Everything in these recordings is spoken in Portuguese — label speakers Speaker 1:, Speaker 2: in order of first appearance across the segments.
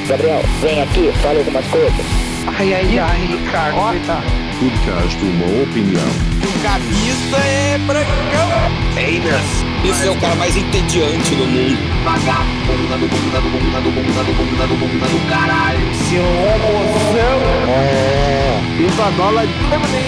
Speaker 1: Gabriel, vem aqui, fala algumas coisas.
Speaker 2: Ai, Ricardo, coitado.
Speaker 3: Podcast Uma Opinião.
Speaker 2: O Gabista é brancão.
Speaker 4: Esse é o cara mais entediante do mundo.
Speaker 2: Vagabunda do caralho. Seu homozão.
Speaker 3: Viva bola de...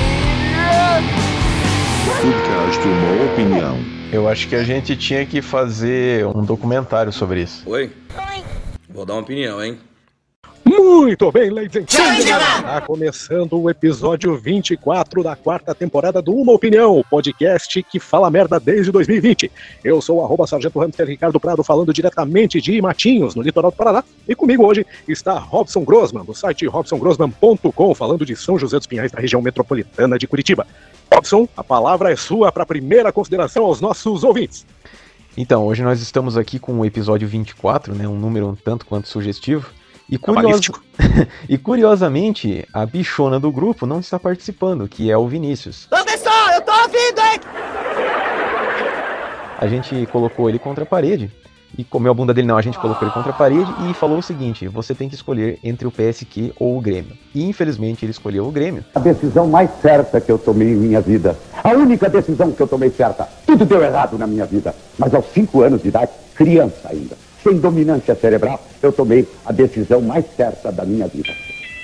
Speaker 3: Podcast Uma Opinião.
Speaker 5: Eu acho que a gente tinha que fazer um documentário sobre isso.
Speaker 4: Oi? Vou dar uma opinião, hein?
Speaker 6: Muito bem, ladies and gentlemen, está começando o episódio 24 da quarta temporada do Uma Opinião, o podcast que fala merda desde 2020. Eu sou o @sargento Hamster Ricardo Prado, falando diretamente de Matinhos, no litoral do Paraná, e comigo hoje está Robson Grossman, do site robsongrossman.com, falando de São José dos Pinhais, da região metropolitana de Curitiba. Robson, a palavra é sua para a primeira consideração aos nossos ouvintes.
Speaker 5: Então, hoje nós estamos aqui com o episódio 24, né, um número um tanto quanto sugestivo. E curiosamente, a bichona do grupo não está participando, que é o Vinícius.
Speaker 2: Ô pessoal, eu tô ouvindo, hein?
Speaker 5: A gente colocou ele contra a parede, e comeu a bunda dele não, a gente colocou ele contra a parede e falou o seguinte: você tem que escolher entre o PSQ ou o Grêmio. E infelizmente ele escolheu o Grêmio.
Speaker 7: A decisão mais certa que eu tomei em minha vida. A única decisão que eu tomei certa. Tudo deu errado na minha vida. Mas aos 5 anos de idade, criança ainda, sem dominância cerebral, eu tomei a decisão mais certa da minha vida.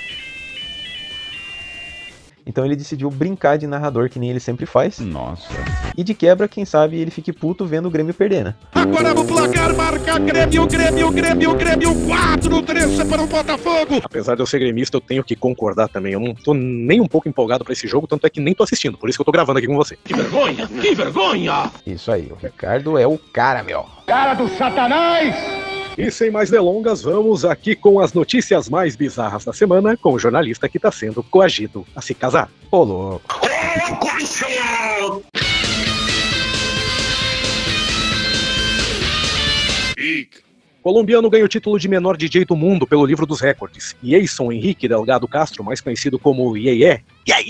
Speaker 5: Então ele decidiu brincar de narrador, que nem ele sempre faz.
Speaker 3: Nossa.
Speaker 5: E de quebra, quem sabe ele fique puto vendo o Grêmio perder, né?
Speaker 8: Agora o placar marca Grêmio 4-3 para o Botafogo.
Speaker 6: Apesar de eu ser gremista, eu tenho que concordar também. Eu não tô nem um pouco empolgado pra esse jogo, tanto é que nem tô assistindo, por isso que eu tô gravando aqui com você.
Speaker 8: Que vergonha, que vergonha.
Speaker 5: Isso aí, o Ricardo é o cara, meu.
Speaker 7: Cara do Satanás!
Speaker 6: E sem mais delongas, vamos aqui com as notícias mais bizarras da semana, com o jornalista que está sendo coagido a se casar.
Speaker 5: Ô, louco.
Speaker 6: Colombiano ganha o título de menor DJ do mundo pelo livro dos recordes. Yeison Henrique Delgado Castro, mais conhecido como Yeye,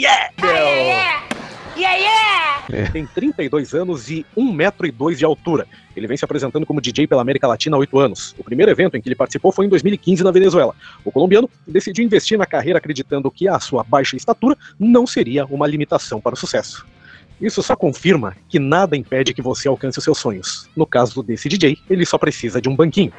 Speaker 6: tem 32 anos e 1,2 m de altura. Ele vem se apresentando como DJ pela América Latina há 8 anos. O primeiro evento em que ele participou foi em 2015 na Venezuela. O colombiano decidiu investir na carreira acreditando que a sua baixa estatura não seria uma limitação para o sucesso. Isso só confirma que nada impede que você alcance os seus sonhos. No caso desse DJ, ele só precisa de um banquinho.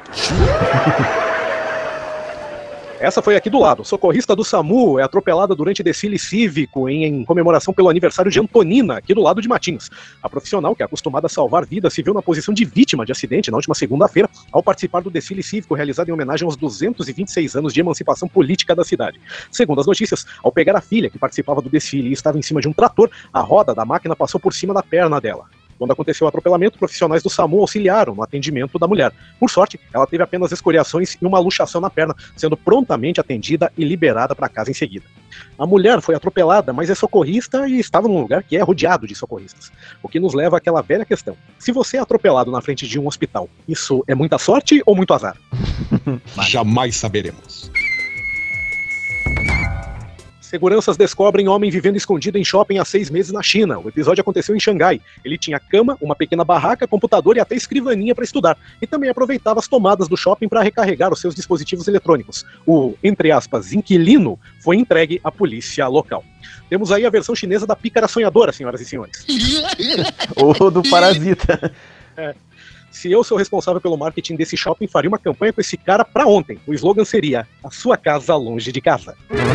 Speaker 6: Essa foi aqui do lado. Socorrista do SAMU é atropelada durante desfile cívico em comemoração pelo aniversário de Antonina, aqui do lado de Matinhos. A profissional, que é acostumada a salvar vidas, se viu na posição de vítima de acidente na última segunda-feira, ao participar do desfile cívico realizado em homenagem aos 226 anos de emancipação política da cidade. Segundo as notícias, ao pegar a filha, que participava do desfile e estava em cima de um trator, a roda da máquina passou por cima da perna dela. Quando aconteceu o atropelamento, profissionais do SAMU auxiliaram no atendimento da mulher. Por sorte, ela teve apenas escoriações e uma luxação na perna, sendo prontamente atendida e liberada para casa em seguida. A mulher foi atropelada, mas é socorrista e estava num lugar que é rodeado de socorristas. O que nos leva àquela velha questão: se você é atropelado na frente de um hospital, isso é muita sorte ou muito azar?
Speaker 8: Jamais saberemos.
Speaker 6: Seguranças descobrem homem vivendo escondido em shopping há 6 meses na China. O episódio aconteceu em Xangai. Ele tinha cama, uma pequena barraca, computador e até escrivaninha para estudar. E também aproveitava as tomadas do shopping para recarregar os seus dispositivos eletrônicos. O, entre aspas, inquilino foi entregue à polícia local. Temos aí a versão chinesa da pícara sonhadora, senhoras e senhores.
Speaker 5: Ou do Parasita.
Speaker 6: Se eu sou responsável pelo marketing desse shopping, faria uma campanha com esse cara pra ontem. O slogan seria: a sua casa longe de casa.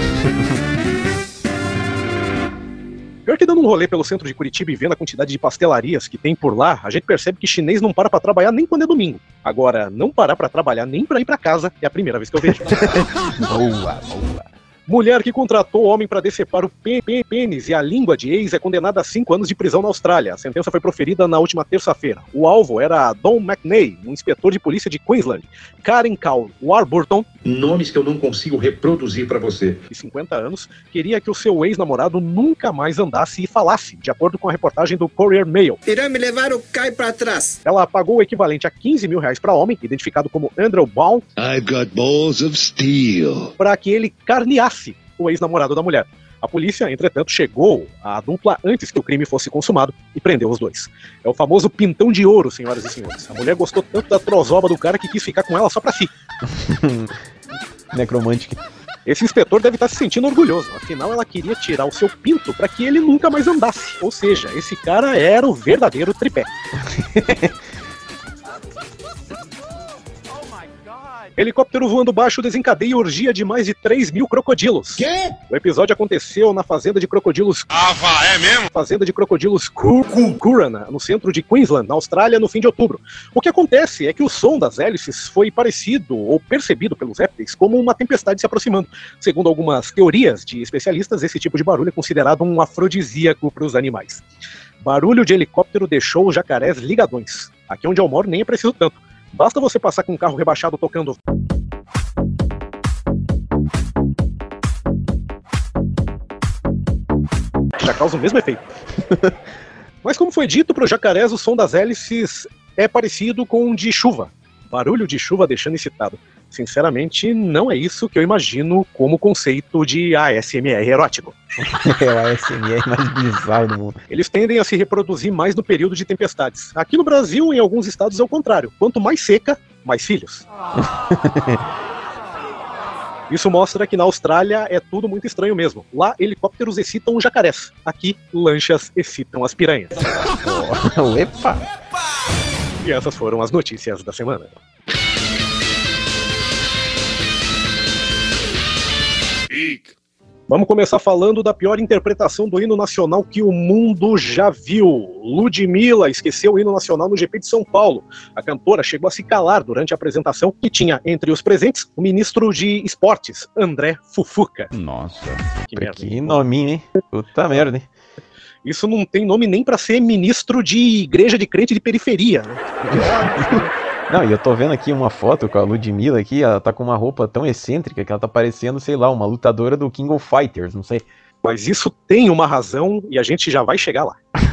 Speaker 6: Pior que dando um rolê pelo centro de Curitiba e vendo a quantidade de pastelarias que tem por lá, a gente percebe que chinês não para pra trabalhar nem quando é domingo. Agora, não parar pra trabalhar nem pra ir pra casa é a primeira vez que eu vejo.
Speaker 5: Boa.
Speaker 6: Mulher que contratou homem para decepar o pênis e a língua de ex é condenada a 5 anos de prisão na Austrália. A sentença foi proferida na última terça-feira. O alvo era Don McNay, um inspetor de polícia de Queensland. Karen Cal Warburton,
Speaker 9: nomes que eu não consigo reproduzir para você,
Speaker 6: de 50 anos, queria que o seu ex-namorado nunca mais andasse e falasse, de acordo com a reportagem do Courier Mail.
Speaker 4: Irá me levar o cai para trás.
Speaker 6: Ela pagou o equivalente a R$15 mil para homem, identificado como Andrew Baum,
Speaker 8: I've got balls of steel,
Speaker 6: para que ele carneasse o ex-namorado da mulher. A polícia, entretanto, chegou à dupla antes que o crime fosse consumado e prendeu os dois. É o famoso pintão de ouro, senhoras e senhores. A mulher gostou tanto da trozoba do cara que quis ficar com ela só pra si.
Speaker 5: Necromantic.
Speaker 6: Esse inspetor deve estar se sentindo orgulhoso, afinal ela queria tirar o seu pinto para que ele nunca mais andasse. Ou seja, esse cara era o verdadeiro tripé. Helicóptero voando baixo desencadeia orgia de mais de 3 mil crocodilos.
Speaker 8: Quê?
Speaker 6: O episódio aconteceu na fazenda de crocodilos...
Speaker 8: É mesmo?
Speaker 6: Fazenda de crocodilos Kurana, no centro de Queensland, na Austrália, no fim de outubro. O que acontece é que o som das hélices foi parecido ou percebido pelos répteis como uma tempestade se aproximando. Segundo algumas teorias de especialistas, esse tipo de barulho é considerado um afrodisíaco para os animais. Barulho de helicóptero deixou os jacarés ligadões. Aqui onde eu moro nem é preciso tanto. Basta você passar com um carro rebaixado tocando... Já causa o mesmo efeito. Mas como foi dito, para os jacarés o som das hélices é parecido com o de chuva. Barulho de chuva deixando excitado. Sinceramente, não é isso que eu imagino como conceito de ASMR erótico.
Speaker 5: É o ASMR mais bizarro do mundo.
Speaker 6: Eles tendem a se reproduzir mais no período de tempestades. Aqui no Brasil, em alguns estados, é o contrário. Quanto mais seca, mais filhos. Isso mostra que na Austrália é tudo muito estranho mesmo. Lá, helicópteros excitam os jacarés. Aqui, lanchas excitam as piranhas.
Speaker 5: Epa!
Speaker 6: E essas foram as notícias da semana. Vamos começar falando da pior interpretação do hino nacional que o mundo já viu. Ludmilla esqueceu o hino nacional no GP de São Paulo. A cantora chegou a se calar durante a apresentação e tinha entre os presentes o ministro de Esportes, André Fufuca.
Speaker 5: Nossa,
Speaker 6: que
Speaker 5: nominho, hein? Puta merda, hein?
Speaker 6: Isso não tem nome nem pra ser ministro de igreja de crente de periferia, né?
Speaker 5: Não, e eu tô vendo aqui uma foto com a Ludmilla aqui, ela tá com uma roupa tão excêntrica que ela tá parecendo, sei lá, uma lutadora do King of Fighters, não sei.
Speaker 6: Mas isso tem uma razão e a gente já vai chegar lá.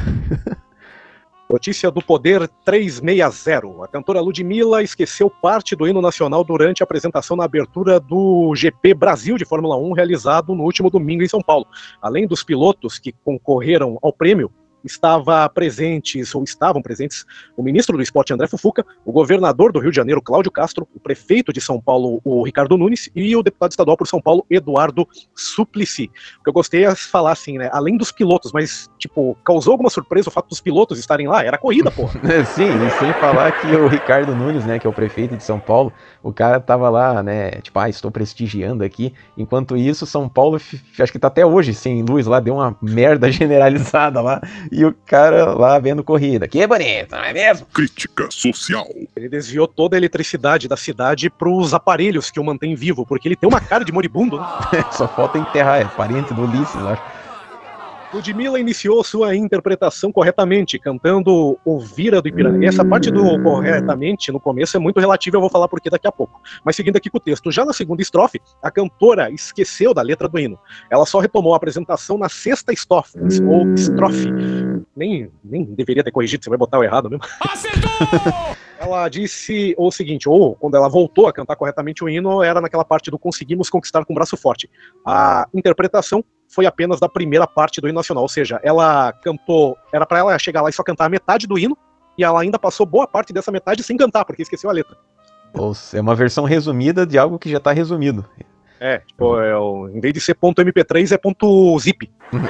Speaker 6: Notícia do Poder 360. A cantora Ludmilla esqueceu parte do hino nacional durante a apresentação na abertura do GP Brasil de Fórmula 1, realizado no último domingo em São Paulo. Além dos pilotos que concorreram ao prêmio, estavam presentes o ministro do Esporte, André Fufuca, o governador do Rio de Janeiro, Cláudio Castro, o prefeito de São Paulo, o Ricardo Nunes, e o deputado estadual por São Paulo, Eduardo Suplicy. O que eu gostei é falar assim, né, além dos pilotos, mas, tipo, causou alguma surpresa o fato dos pilotos estarem lá? Era corrida, pô.
Speaker 5: Sim, e sem falar que o Ricardo Nunes, né, que é o prefeito de São Paulo, o cara tava lá, né, tipo, estou prestigiando aqui, enquanto isso, São Paulo, acho que tá até hoje sem luz lá, deu uma merda generalizada lá, e o cara lá vendo corrida. Que bonito, não é mesmo?
Speaker 8: Crítica social.
Speaker 6: Ele desviou toda a eletricidade da cidade pros aparelhos que o mantém vivo, porque ele tem uma cara de moribundo, né?
Speaker 5: Só falta enterrar, é parente do Ulisses, eu acho.
Speaker 6: Ludmilla iniciou sua interpretação corretamente, cantando O Vira do Ipiranga. E essa parte do corretamente, no começo, é muito relativa, eu vou falar por quê daqui a pouco. Mas seguindo aqui com o texto, já na segunda estrofe, a cantora esqueceu da letra do hino. Ela só retomou a apresentação na sexta estrofe, ou estrofe. Nem deveria ter corrigido, você vai botar o errado mesmo. Acertou! Ela disse o seguinte, ou quando ela voltou a cantar corretamente o hino, era naquela parte do conseguimos conquistar com o braço forte. A interpretação foi apenas da primeira parte do hino nacional, ou seja, ela cantou, era pra ela chegar lá e só cantar a metade do hino, e ela ainda passou boa parte dessa metade sem cantar, porque esqueceu a letra.
Speaker 5: É uma versão resumida de algo que já tá resumido.
Speaker 6: Tipo, em vez de ser .mp3 é .zip.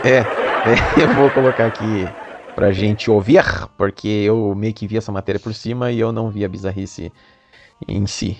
Speaker 5: Eu vou colocar aqui pra gente ouvir, porque eu meio que vi essa matéria por cima e eu não vi a bizarrice em si.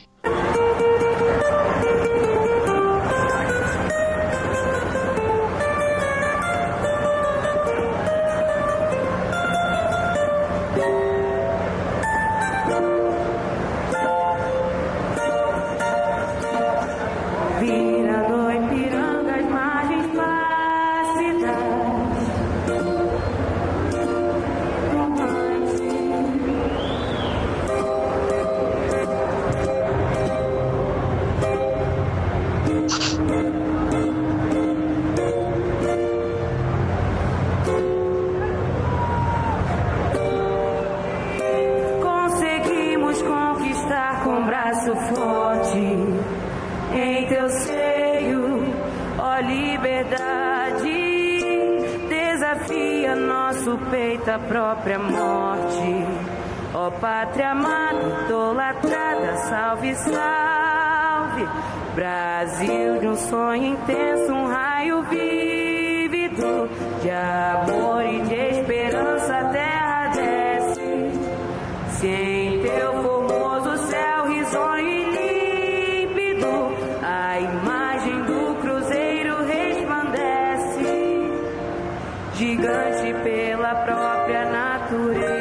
Speaker 10: A própria morte, ó pátria amada, idolatrada, salve, salve, Brasil de um sonho intenso, um raio vívido de amor e de esperança, a terra desce. Se em teu formoso céu risonho e límpido a imagem do cruzeiro resplandece, gigante pela própria natureza,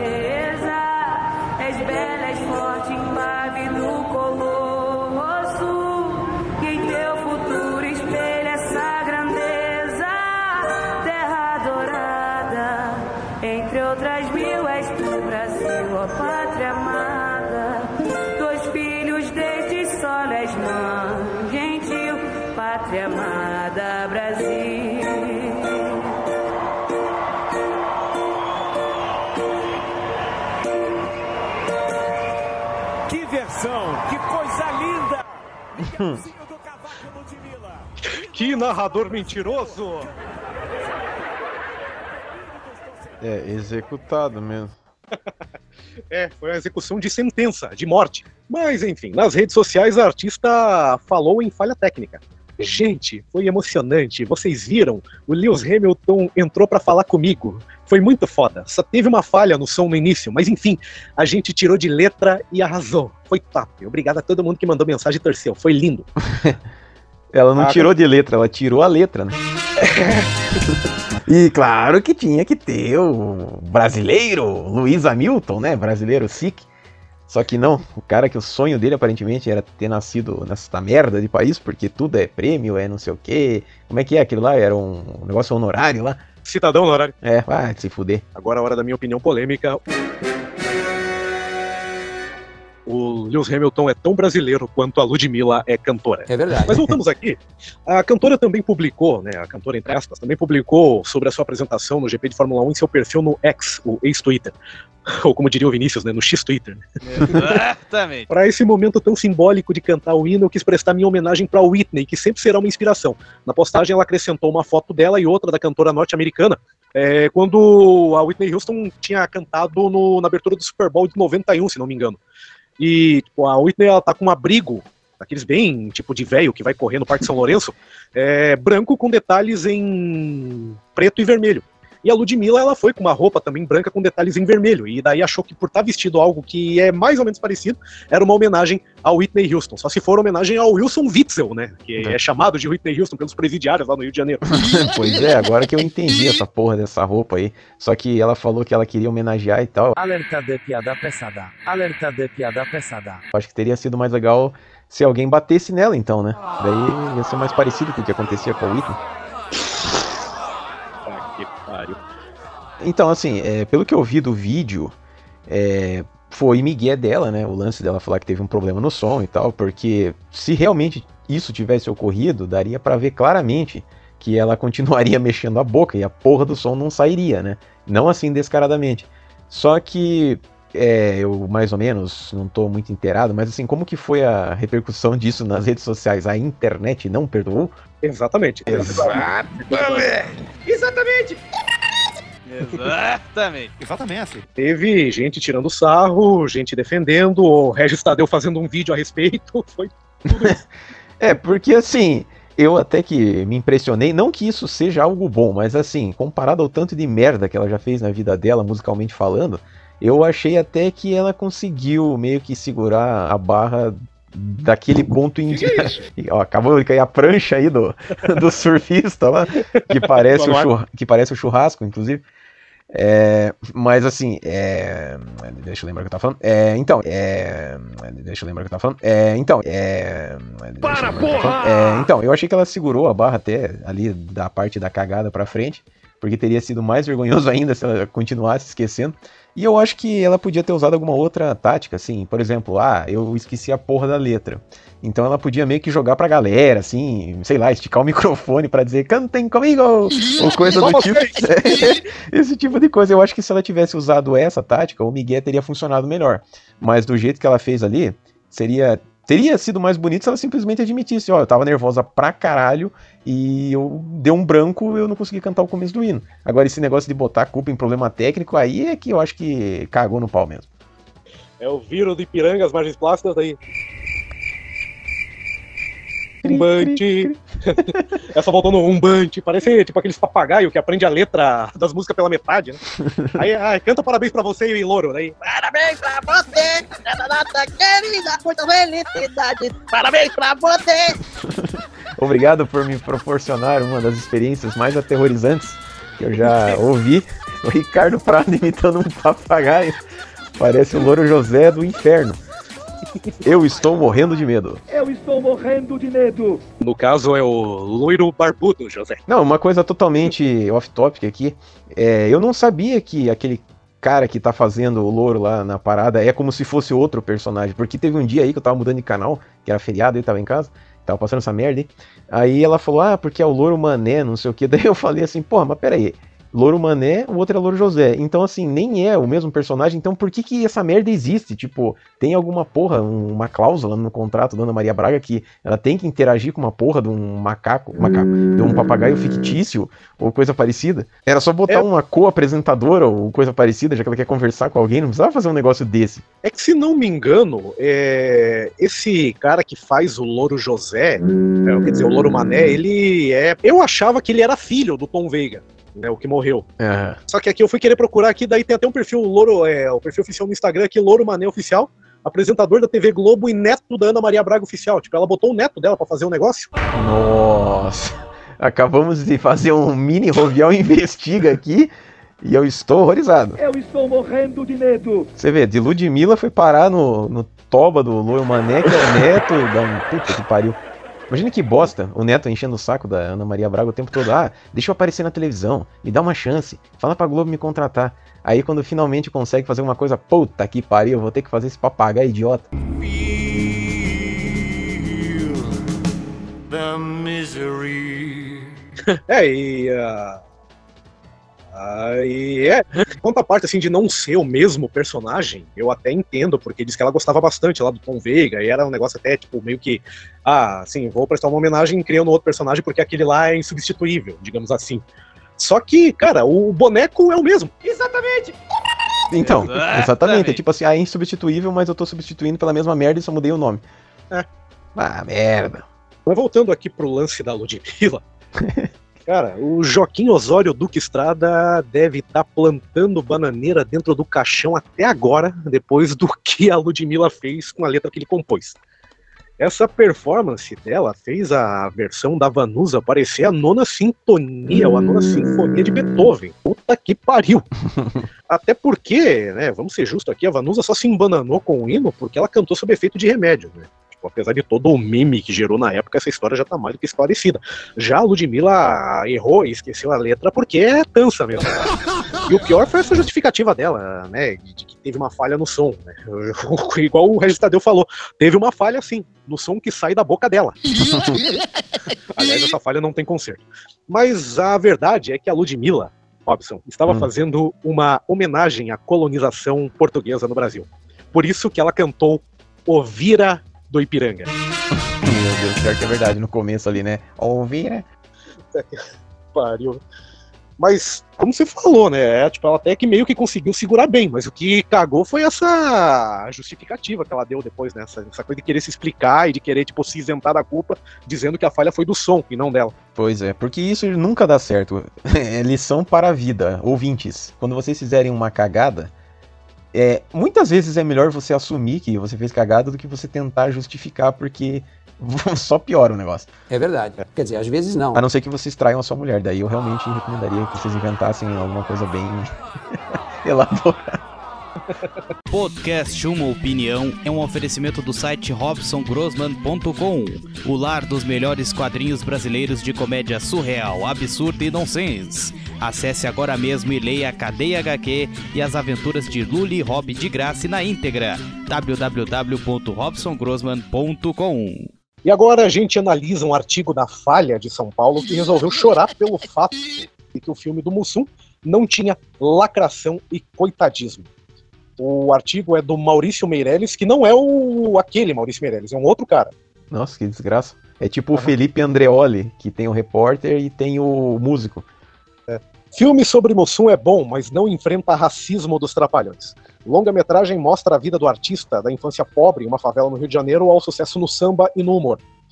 Speaker 10: és bela, és forte, impávido colosso, que em teu futuro espelha essa grandeza. Terra dourada, entre outras mil, és tu, Brasil, ó pátria amada. Dois filhos desde sol, és mãe gentil, pátria amada, Brasil.
Speaker 11: Que coisa linda!
Speaker 6: Que narrador mentiroso!
Speaker 5: Executado mesmo.
Speaker 6: Foi a execução de sentença, de morte. Mas, enfim, nas redes sociais a artista falou em falha técnica. Gente, foi emocionante. Vocês viram? O Lewis Hamilton entrou pra falar comigo. Foi muito foda. Só teve uma falha no som no início, mas enfim, a gente tirou de letra e arrasou. Foi top. Obrigado a todo mundo que mandou mensagem e torceu. Foi lindo.
Speaker 5: Ela não tirou de letra, ela tirou a letra, né? E claro que tinha que ter o brasileiro Lewis Hamilton, né? Brasileiro SIC. Só que não, o cara que o sonho dele aparentemente era ter nascido nessa merda de país, porque tudo é prêmio, é não sei o quê. Como é que é aquilo lá? Era um negócio honorário lá?
Speaker 6: Cidadão honorário.
Speaker 5: Vai se fuder.
Speaker 6: Agora a hora da minha opinião polêmica. O Lewis Hamilton é tão brasileiro quanto a Ludmilla é cantora.
Speaker 4: É verdade.
Speaker 6: Mas voltamos aqui. A cantora também publicou, né? A cantora, entre aspas, também publicou sobre a sua apresentação no GP de Fórmula 1 em seu perfil no X, o ex-Twitter. Ou como diria o Vinícius, né? No X-Twitter.
Speaker 11: Exatamente.
Speaker 6: Para esse momento tão simbólico de cantar o hino, eu quis prestar minha homenagem para Whitney, que sempre será uma inspiração. Na postagem ela acrescentou uma foto dela e outra da cantora norte-americana, quando a Whitney Houston tinha cantado na abertura do Super Bowl de 91, se não me engano. E tipo, a Whitney, ela tá com um abrigo, daqueles bem tipo de velho que vai correr no Parque São Lourenço, branco com detalhes em preto e vermelho. E a Ludmilla, ela foi com uma roupa também branca com detalhes em vermelho, e daí achou que por estar vestido algo que é mais ou menos parecido, era uma homenagem ao Whitney Houston, só se for homenagem ao Wilson Witzel, né, que é chamado de Whitney Houston pelos presidiários lá no Rio de Janeiro.
Speaker 5: Pois é, agora que eu entendi essa porra dessa roupa aí, só que ela falou que ela queria homenagear e tal.
Speaker 11: Alerta de piada pesada. Alerta de piada pesada.
Speaker 5: Acho que teria sido mais legal se alguém batesse nela então, né, daí ia ser mais parecido com o que acontecia com a Whitney. Então, assim, pelo que eu vi do vídeo, foi migué dela, né? O lance dela falar que teve um problema no som e tal, porque se realmente isso tivesse ocorrido, daria pra ver claramente que ela continuaria mexendo a boca e a porra do som não sairia, né? Não assim descaradamente. Só que eu mais ou menos não tô muito inteirado, mas assim, como que foi a repercussão disso nas redes sociais? A internet não perdoou?
Speaker 6: Exatamente.
Speaker 11: Exatamente.
Speaker 6: Teve gente tirando sarro, gente defendendo, o Regis Tadeu fazendo um vídeo a respeito, foi tudo isso.
Speaker 5: Porque assim, eu até que me impressionei, não que isso seja algo bom, mas assim, comparado ao tanto de merda que ela já fez na vida dela, musicalmente falando, eu achei até que ela conseguiu meio que segurar a barra daquele ponto em... acabou de cair a prancha aí do surfista lá, que parece o churrasco, inclusive. Mas assim, deixa eu lembrar o que eu tava falando. Então, eu achei que ela segurou a barra até ali da parte da cagada pra frente, porque teria sido mais vergonhoso ainda se ela continuasse esquecendo. E eu acho que ela podia ter usado alguma outra tática, assim, por exemplo, eu esqueci a porra da letra. Então ela podia meio que jogar pra galera, assim, sei lá, esticar o microfone pra dizer, cantem comigo, ou coisa do tipo. Esse tipo de coisa. Eu acho que se ela tivesse usado essa tática, o Miguel teria funcionado melhor. Mas do jeito que ela fez ali, teria sido mais bonito se ela simplesmente admitisse, eu tava nervosa pra caralho e deu um branco, eu não consegui cantar o começo do hino. Agora esse negócio de botar a culpa em problema técnico, aí é que eu acho que cagou no pau mesmo.
Speaker 6: É o vírus do Ipiranga, as margens plásticas aí. Umbante. Essa voltou no Umbante. Parece tipo aqueles papagaio que aprende a letra das músicas pela metade, né? Aí canta parabéns pra você e Louro. Daí,
Speaker 2: Parabéns pra você, data querida, muita felicidade. Parabéns pra você.
Speaker 5: Obrigado por me proporcionar uma das experiências mais aterrorizantes que eu já ouvi. O Ricardo Prado imitando um papagaio. Parece o Louro José do inferno. Eu estou morrendo de medo.
Speaker 7: Eu estou morrendo de medo.
Speaker 6: no caso é o loiro barbudo, José.
Speaker 5: Não, uma coisa totalmente off-topic aqui. Eu não sabia que aquele cara que tá fazendo o louro lá na parada é como se fosse outro personagem. Porque teve um dia aí que eu tava mudando de canal, que era feriado, eu tava em casa. Tava passando essa merda aí ela falou, porque é o Louro Mané, não sei o que. Daí eu falei assim, porra, mas peraí. Louro Mané, o outro é Louro José. Então, assim, nem é o mesmo personagem. Então, por que essa merda existe? Tipo, tem alguma porra, uma cláusula no contrato da Ana Maria Braga que ela tem que interagir com uma porra de um macaco, de um papagaio fictício ou coisa parecida? Era só botar uma co-apresentadora ou coisa parecida, já que ela quer conversar com alguém. Não precisava fazer um negócio desse.
Speaker 6: É que, se não me engano, esse cara que faz o Louro José, quer dizer, o Louro Mané, ele é... Eu achava que ele era filho do Tom Veiga. O que morreu. Só que aqui eu fui querer procurar aqui, daí tem até um perfil Louro, o perfil oficial no Instagram aqui, Louro Mané Oficial, apresentador da TV Globo e neto da Ana Maria Braga Oficial. Tipo, ela botou o neto dela pra fazer um negócio.
Speaker 5: Nossa, acabamos de fazer um mini Rovial Investiga aqui e eu estou horrorizado.
Speaker 7: Eu estou morrendo de medo.
Speaker 5: Você vê, de Ludmilla foi parar no toba do Louro Mané, que é o neto da... Puta que pariu. Imagina que bosta, o Neto enchendo o saco da Ana Maria Braga o tempo todo. Deixa eu aparecer na televisão, me dá uma chance, fala pra Globo me contratar. Aí quando finalmente consegue fazer uma coisa, puta que pariu, eu vou ter que fazer esse papagaio idiota.
Speaker 12: The misery.
Speaker 6: Quanto à parte assim de não ser o mesmo personagem, eu até entendo, porque diz que ela gostava bastante lá do Tom Veiga, e era um negócio até tipo meio que, assim, vou prestar uma homenagem criando outro personagem porque aquele lá é insubstituível, digamos assim. Só que, cara, o boneco é o mesmo.
Speaker 2: Exatamente.
Speaker 5: Então, exatamente. É tipo assim, é insubstituível, mas eu tô substituindo pela mesma merda e só mudei o nome. Merda.
Speaker 6: Mas voltando aqui pro lance da Ludmilla, cara, o Joaquim Osório Duque Estrada deve estar plantando bananeira dentro do caixão até agora, depois do que a Ludmilla fez com a letra que ele compôs. Essa performance dela fez a versão da Vanusa parecer a nona sintonia, ou a nona sinfonia de Beethoven. Puta que pariu! Até porque, né, vamos ser justos aqui, a Vanusa só se embananou com o hino porque ela cantou sob efeito de remédio, né? Apesar de todo o meme que gerou na época, essa história já tá mais do que esclarecida. Já a Ludmilla errou e esqueceu a letra porque é tansa mesmo. E o pior foi essa justificativa dela, né, de que teve uma falha no som, né? Igual o Regis Tadeu falou, teve uma falha sim, no som que sai da boca dela. Aliás, essa falha não tem conserto. Mas a verdade é que a Ludmilla, Robson, estava fazendo uma homenagem à colonização portuguesa no Brasil. Por isso que ela cantou Ovira do Ipiranga.
Speaker 5: Meu Deus, pior que é verdade, no começo ali, né? Ouvir,
Speaker 6: Pariu. Mas, como você falou, né? Tipo, ela até que meio que conseguiu segurar bem, mas o que cagou foi essa justificativa que ela deu depois, né? Essa coisa de querer se explicar e de querer, tipo, se isentar da culpa, dizendo que a falha foi do som e não dela.
Speaker 5: Pois é, porque isso nunca dá certo. É lição para a vida, ouvintes. Quando vocês fizerem uma cagada, muitas vezes é melhor você assumir que você fez cagada do que você tentar justificar, porque só piora o negócio.
Speaker 13: É verdade. Quer dizer, às vezes não.
Speaker 5: A não ser que vocês traiam a sua mulher, daí eu realmente recomendaria que vocês inventassem alguma coisa bem elaborada.
Speaker 14: Podcast Uma Opinião é um oferecimento do site robsongrossman.com, o lar dos melhores quadrinhos brasileiros de comédia surreal, absurda e nonsense. Acesse agora mesmo e leia a Cadeia HQ e as aventuras de Lully e Rob de graça e na íntegra. www.robsongrossman.com.
Speaker 6: E agora a gente analisa um artigo da Falha de São Paulo que resolveu chorar pelo fato de que o filme do Mussum não tinha lacração e coitadismo. O artigo é do Maurício Meirelles, que não é aquele Maurício Meirelles, é um outro cara.
Speaker 5: Nossa, que desgraça. É tipo o Felipe Andreoli, que tem o repórter e tem o músico.
Speaker 6: Filme sobre Mussum é bom, mas não enfrenta racismo dos trapalhões. Longa-metragem mostra a vida do artista da infância pobre em uma favela no Rio de Janeiro ao sucesso no samba e no humor.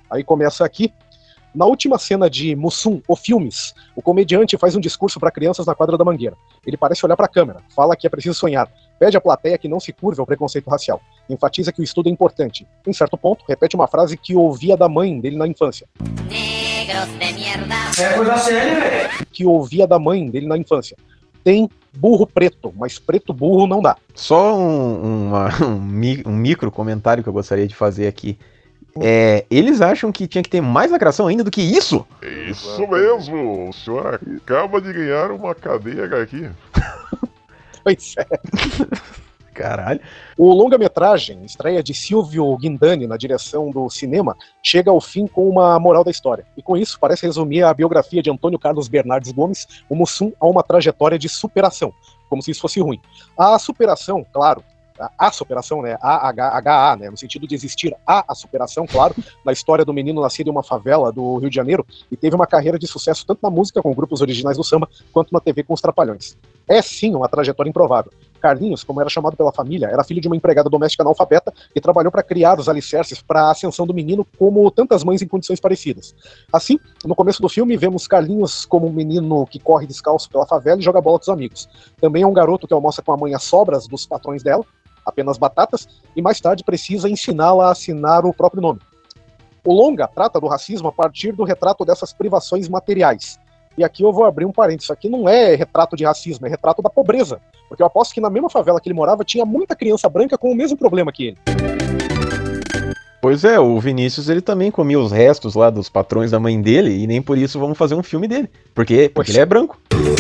Speaker 6: Aí começa aqui. Na última cena de Mussum, o Filmes, o comediante faz um discurso para crianças na quadra da Mangueira. Ele parece olhar para a câmera, fala que é preciso sonhar, pede à plateia que não se curve ao preconceito racial, enfatiza que o estudo é importante. Em certo ponto, repete uma frase que ouvia da mãe dele na infância.
Speaker 10: Negros de mierda.
Speaker 2: É coisa séria, velho.
Speaker 6: Que ouvia da mãe dele na infância. Tem burro preto, mas preto burro não dá.
Speaker 5: Só um micro comentário que eu gostaria de fazer aqui. Eles acham que tinha que ter mais lacração ainda do que isso?
Speaker 8: Isso mesmo, o senhor acaba de ganhar uma cadeia aqui.
Speaker 6: Pois é.
Speaker 5: Caralho.
Speaker 6: O longa-metragem, estreia de Silvio Guindani na direção do cinema, chega ao fim com uma moral da história. E com isso parece resumir a biografia de Antônio Carlos Bernardes Gomes, o Mussum, a uma trajetória de superação, como se isso fosse ruim. A superação, claro, a superação, né, A-H-A, né, no sentido de existir a superação, claro, na história do menino nascido em uma favela do Rio de Janeiro e teve uma carreira de sucesso tanto na música com grupos originais do samba, quanto na TV com os Trapalhões. É sim uma trajetória improvável. Carlinhos, como era chamado pela família, era filho de uma empregada doméstica analfabeta e trabalhou para criar os alicerces para a ascensão do menino, como tantas mães em condições parecidas. Assim, no começo do filme, vemos Carlinhos como um menino que corre descalço pela favela e joga bola com os amigos. Também é um garoto que almoça com a mãe as sobras dos patrões dela, apenas batatas, e mais tarde precisa ensiná-la a assinar o próprio nome. O longa trata do racismo a partir do retrato dessas privações materiais. E aqui eu vou abrir um parênteses, isso aqui não é retrato de racismo, é retrato da pobreza. Porque eu aposto que na mesma favela que ele morava tinha muita criança branca com o mesmo problema que ele.
Speaker 5: Pois é, o Vinícius ele também comia os restos lá dos patrões da mãe dele e nem por isso vamos fazer um filme dele. Porque ele é branco.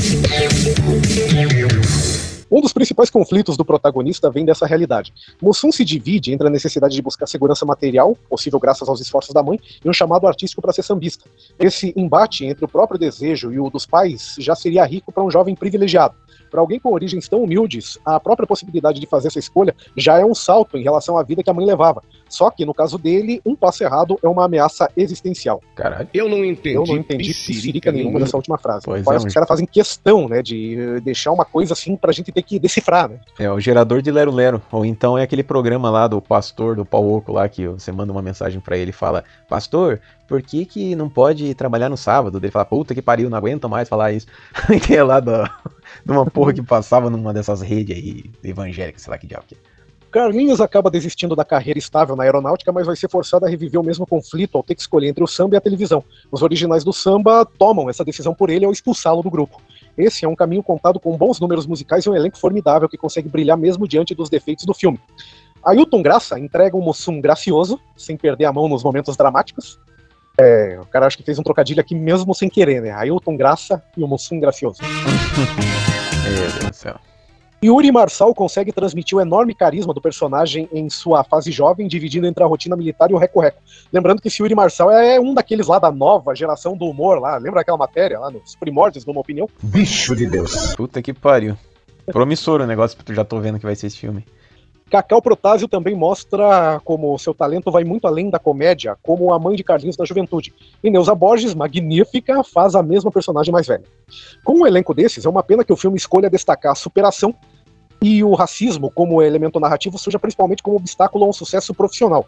Speaker 6: Um dos principais conflitos do protagonista vem dessa realidade. Mussum se divide entre a necessidade de buscar segurança material, possível graças aos esforços da mãe, e um chamado artístico para ser sambista. Esse embate entre o próprio desejo e o dos pais já seria rico para um jovem privilegiado. Para alguém com origens tão humildes, a própria possibilidade de fazer essa escolha já é um salto em relação à vida que a mãe levava. Só que, no caso dele, um passo errado é uma ameaça existencial.
Speaker 5: Caralho.
Speaker 8: Eu não entendi
Speaker 6: psirica nenhuma dessa última frase.
Speaker 5: Pois
Speaker 6: parece que os caras fazem questão, né, de deixar uma coisa assim pra gente ter que decifrar, né?
Speaker 5: É o gerador de Lero Lero. Ou então é aquele programa lá do pastor, do Pau Oco lá, que você manda uma mensagem pra ele e fala: pastor, por que não pode trabalhar no sábado? Ele fala: puta que pariu, não aguento mais falar isso. Que é lá de uma porra que passava numa dessas redes aí evangélicas, sei lá que diabo que é.
Speaker 6: Carlinhos acaba desistindo da carreira estável na aeronáutica, mas vai ser forçado a reviver o mesmo conflito ao ter que escolher entre o samba e a televisão. Os originais do samba tomam essa decisão por ele ao expulsá-lo do grupo. Esse é um caminho contado com bons números musicais e um elenco formidável que consegue brilhar mesmo diante dos defeitos do filme. Ailton Graça entrega um Mussum gracioso, sem perder a mão nos momentos dramáticos. O cara acho que fez um trocadilho aqui mesmo sem querer, né? Ailton Graça e o Mussum gracioso.
Speaker 5: Meu Deus do céu.
Speaker 6: Yuri Marçal consegue transmitir o enorme carisma do personagem em sua fase jovem, dividindo entre a rotina militar e o reco-reco. Lembrando que esse Yuri Marçal é um daqueles lá da nova geração do humor lá. Lembra aquela matéria lá nos primórdios de Uma Opinião?
Speaker 3: Bicho de Deus.
Speaker 5: Puta que pariu. Promissor o negócio, porque eu já tô vendo que vai ser esse filme.
Speaker 6: Cacau Protásio também mostra como seu talento vai muito além da comédia, como a mãe de Carlinhos da juventude. E Neuza Borges, magnífica, faz a mesma personagem mais velha. Com um elenco desses, é uma pena que o filme escolha destacar a superação e o racismo como elemento narrativo surja principalmente como obstáculo a um sucesso profissional.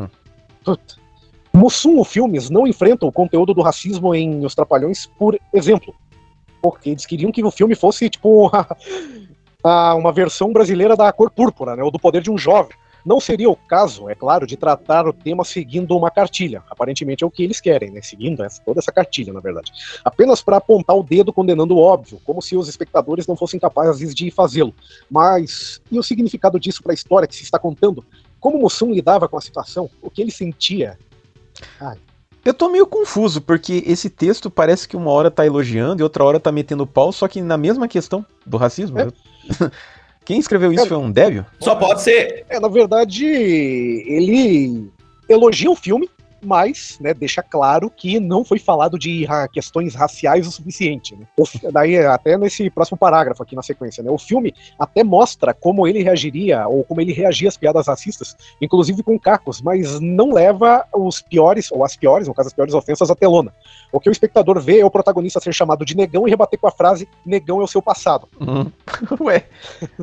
Speaker 6: Mussum, o Filmes, não enfrenta o conteúdo do racismo em Os Trapalhões, por exemplo. Porque eles queriam que o filme fosse, tipo, uma versão brasileira da Cor Púrpura, né, ou do Poder de um Jovem. Não seria o caso, é claro, de tratar o tema seguindo uma cartilha. Aparentemente é o que eles querem, né? Seguindo toda essa cartilha, na verdade. Apenas para apontar o dedo condenando o óbvio, como se os espectadores não fossem capazes de fazê-lo. Mas, e o significado disso para a história que se está contando? Como Mussum lidava com a situação? O que ele sentia?
Speaker 5: Eu tô meio confuso, porque esse texto parece que uma hora tá elogiando e outra hora tá metendo pau, só que na mesma questão do racismo. Quem escreveu isso foi um débil?
Speaker 2: Só pode ser.
Speaker 6: Na verdade, ele elogia o filme, mas, né, deixa claro que não foi falado de questões raciais o suficiente. Né? Daí, até nesse próximo parágrafo aqui na sequência, né, o filme até mostra como ele reagiria, ou como ele reagia às piadas racistas, inclusive com cacos, mas não leva os piores, ou as piores, no caso as piores ofensas, à telona. O que o espectador vê é o protagonista ser chamado de negão e rebater com a frase: negão é o seu passado.
Speaker 5: Ué.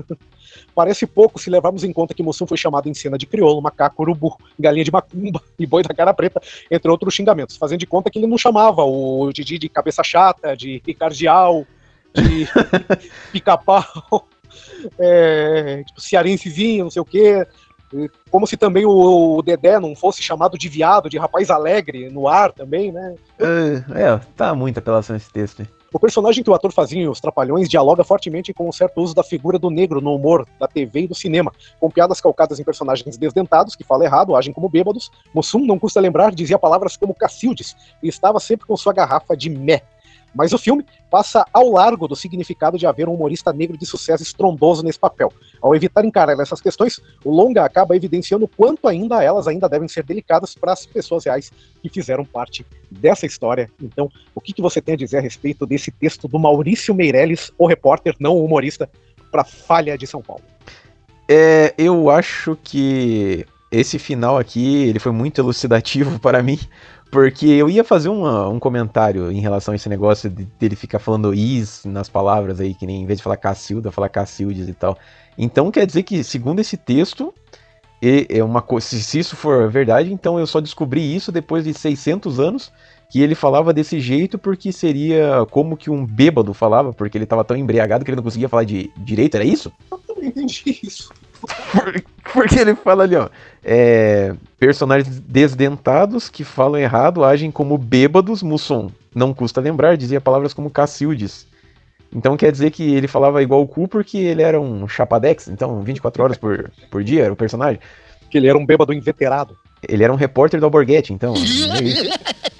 Speaker 6: Parece pouco se levarmos em conta que Mussum foi chamado em cena de crioulo, macaco, urubu, galinha de macumba e boi da cara preta, entre outros xingamentos, fazendo de conta que ele não chamava o Didi de cabeça chata, de cardeal, de pica-pau, tipo, cearensezinho, não sei o quê. Como se também o Dedé não fosse chamado de viado, de rapaz alegre no ar também, né?
Speaker 5: Tá muita apelação esse texto.
Speaker 6: O personagem que o ator fazia em Os Trapalhões dialoga fortemente com um certo uso da figura do negro no humor da TV e do cinema, com piadas calcadas em personagens desdentados, que falam errado, agem como bêbados. Mussum, não custa lembrar, dizia palavras como Cacildes, e estava sempre com sua garrafa de mé. Mas o filme passa ao largo do significado de haver um humorista negro de sucesso estrondoso nesse papel. Ao evitar encarar essas questões, o longa acaba evidenciando o quanto elas ainda devem ser delicadas para as pessoas reais que fizeram parte dessa história. Então, o que você tem a dizer a respeito desse texto do Maurício Meirelles, o repórter, não o humorista, para Folha de São Paulo?
Speaker 5: Eu acho que esse final aqui ele foi muito elucidativo para mim, porque eu ia fazer um comentário em relação a esse negócio dele ficar falando is nas palavras aí, que nem em vez de falar Cacilda, falar Cacildes e tal. Então quer dizer que, segundo esse texto, se isso for verdade, então eu só descobri isso depois de 600 anos, que ele falava desse jeito porque seria como que um bêbado falava, porque ele estava tão embriagado que ele não conseguia falar direito, era isso?
Speaker 6: Eu também entendi isso.
Speaker 5: Porque ele fala ali, ó, personagens desdentados que falam errado agem como bêbados, Mussum. Não custa lembrar, dizia palavras como Cacildes. Então quer dizer que ele falava igual o cu porque ele era um chapadex, então 24 horas por dia era o personagem.
Speaker 6: Que ele era um bêbado inveterado.
Speaker 5: Ele era um repórter do Alborguete, então. É isso.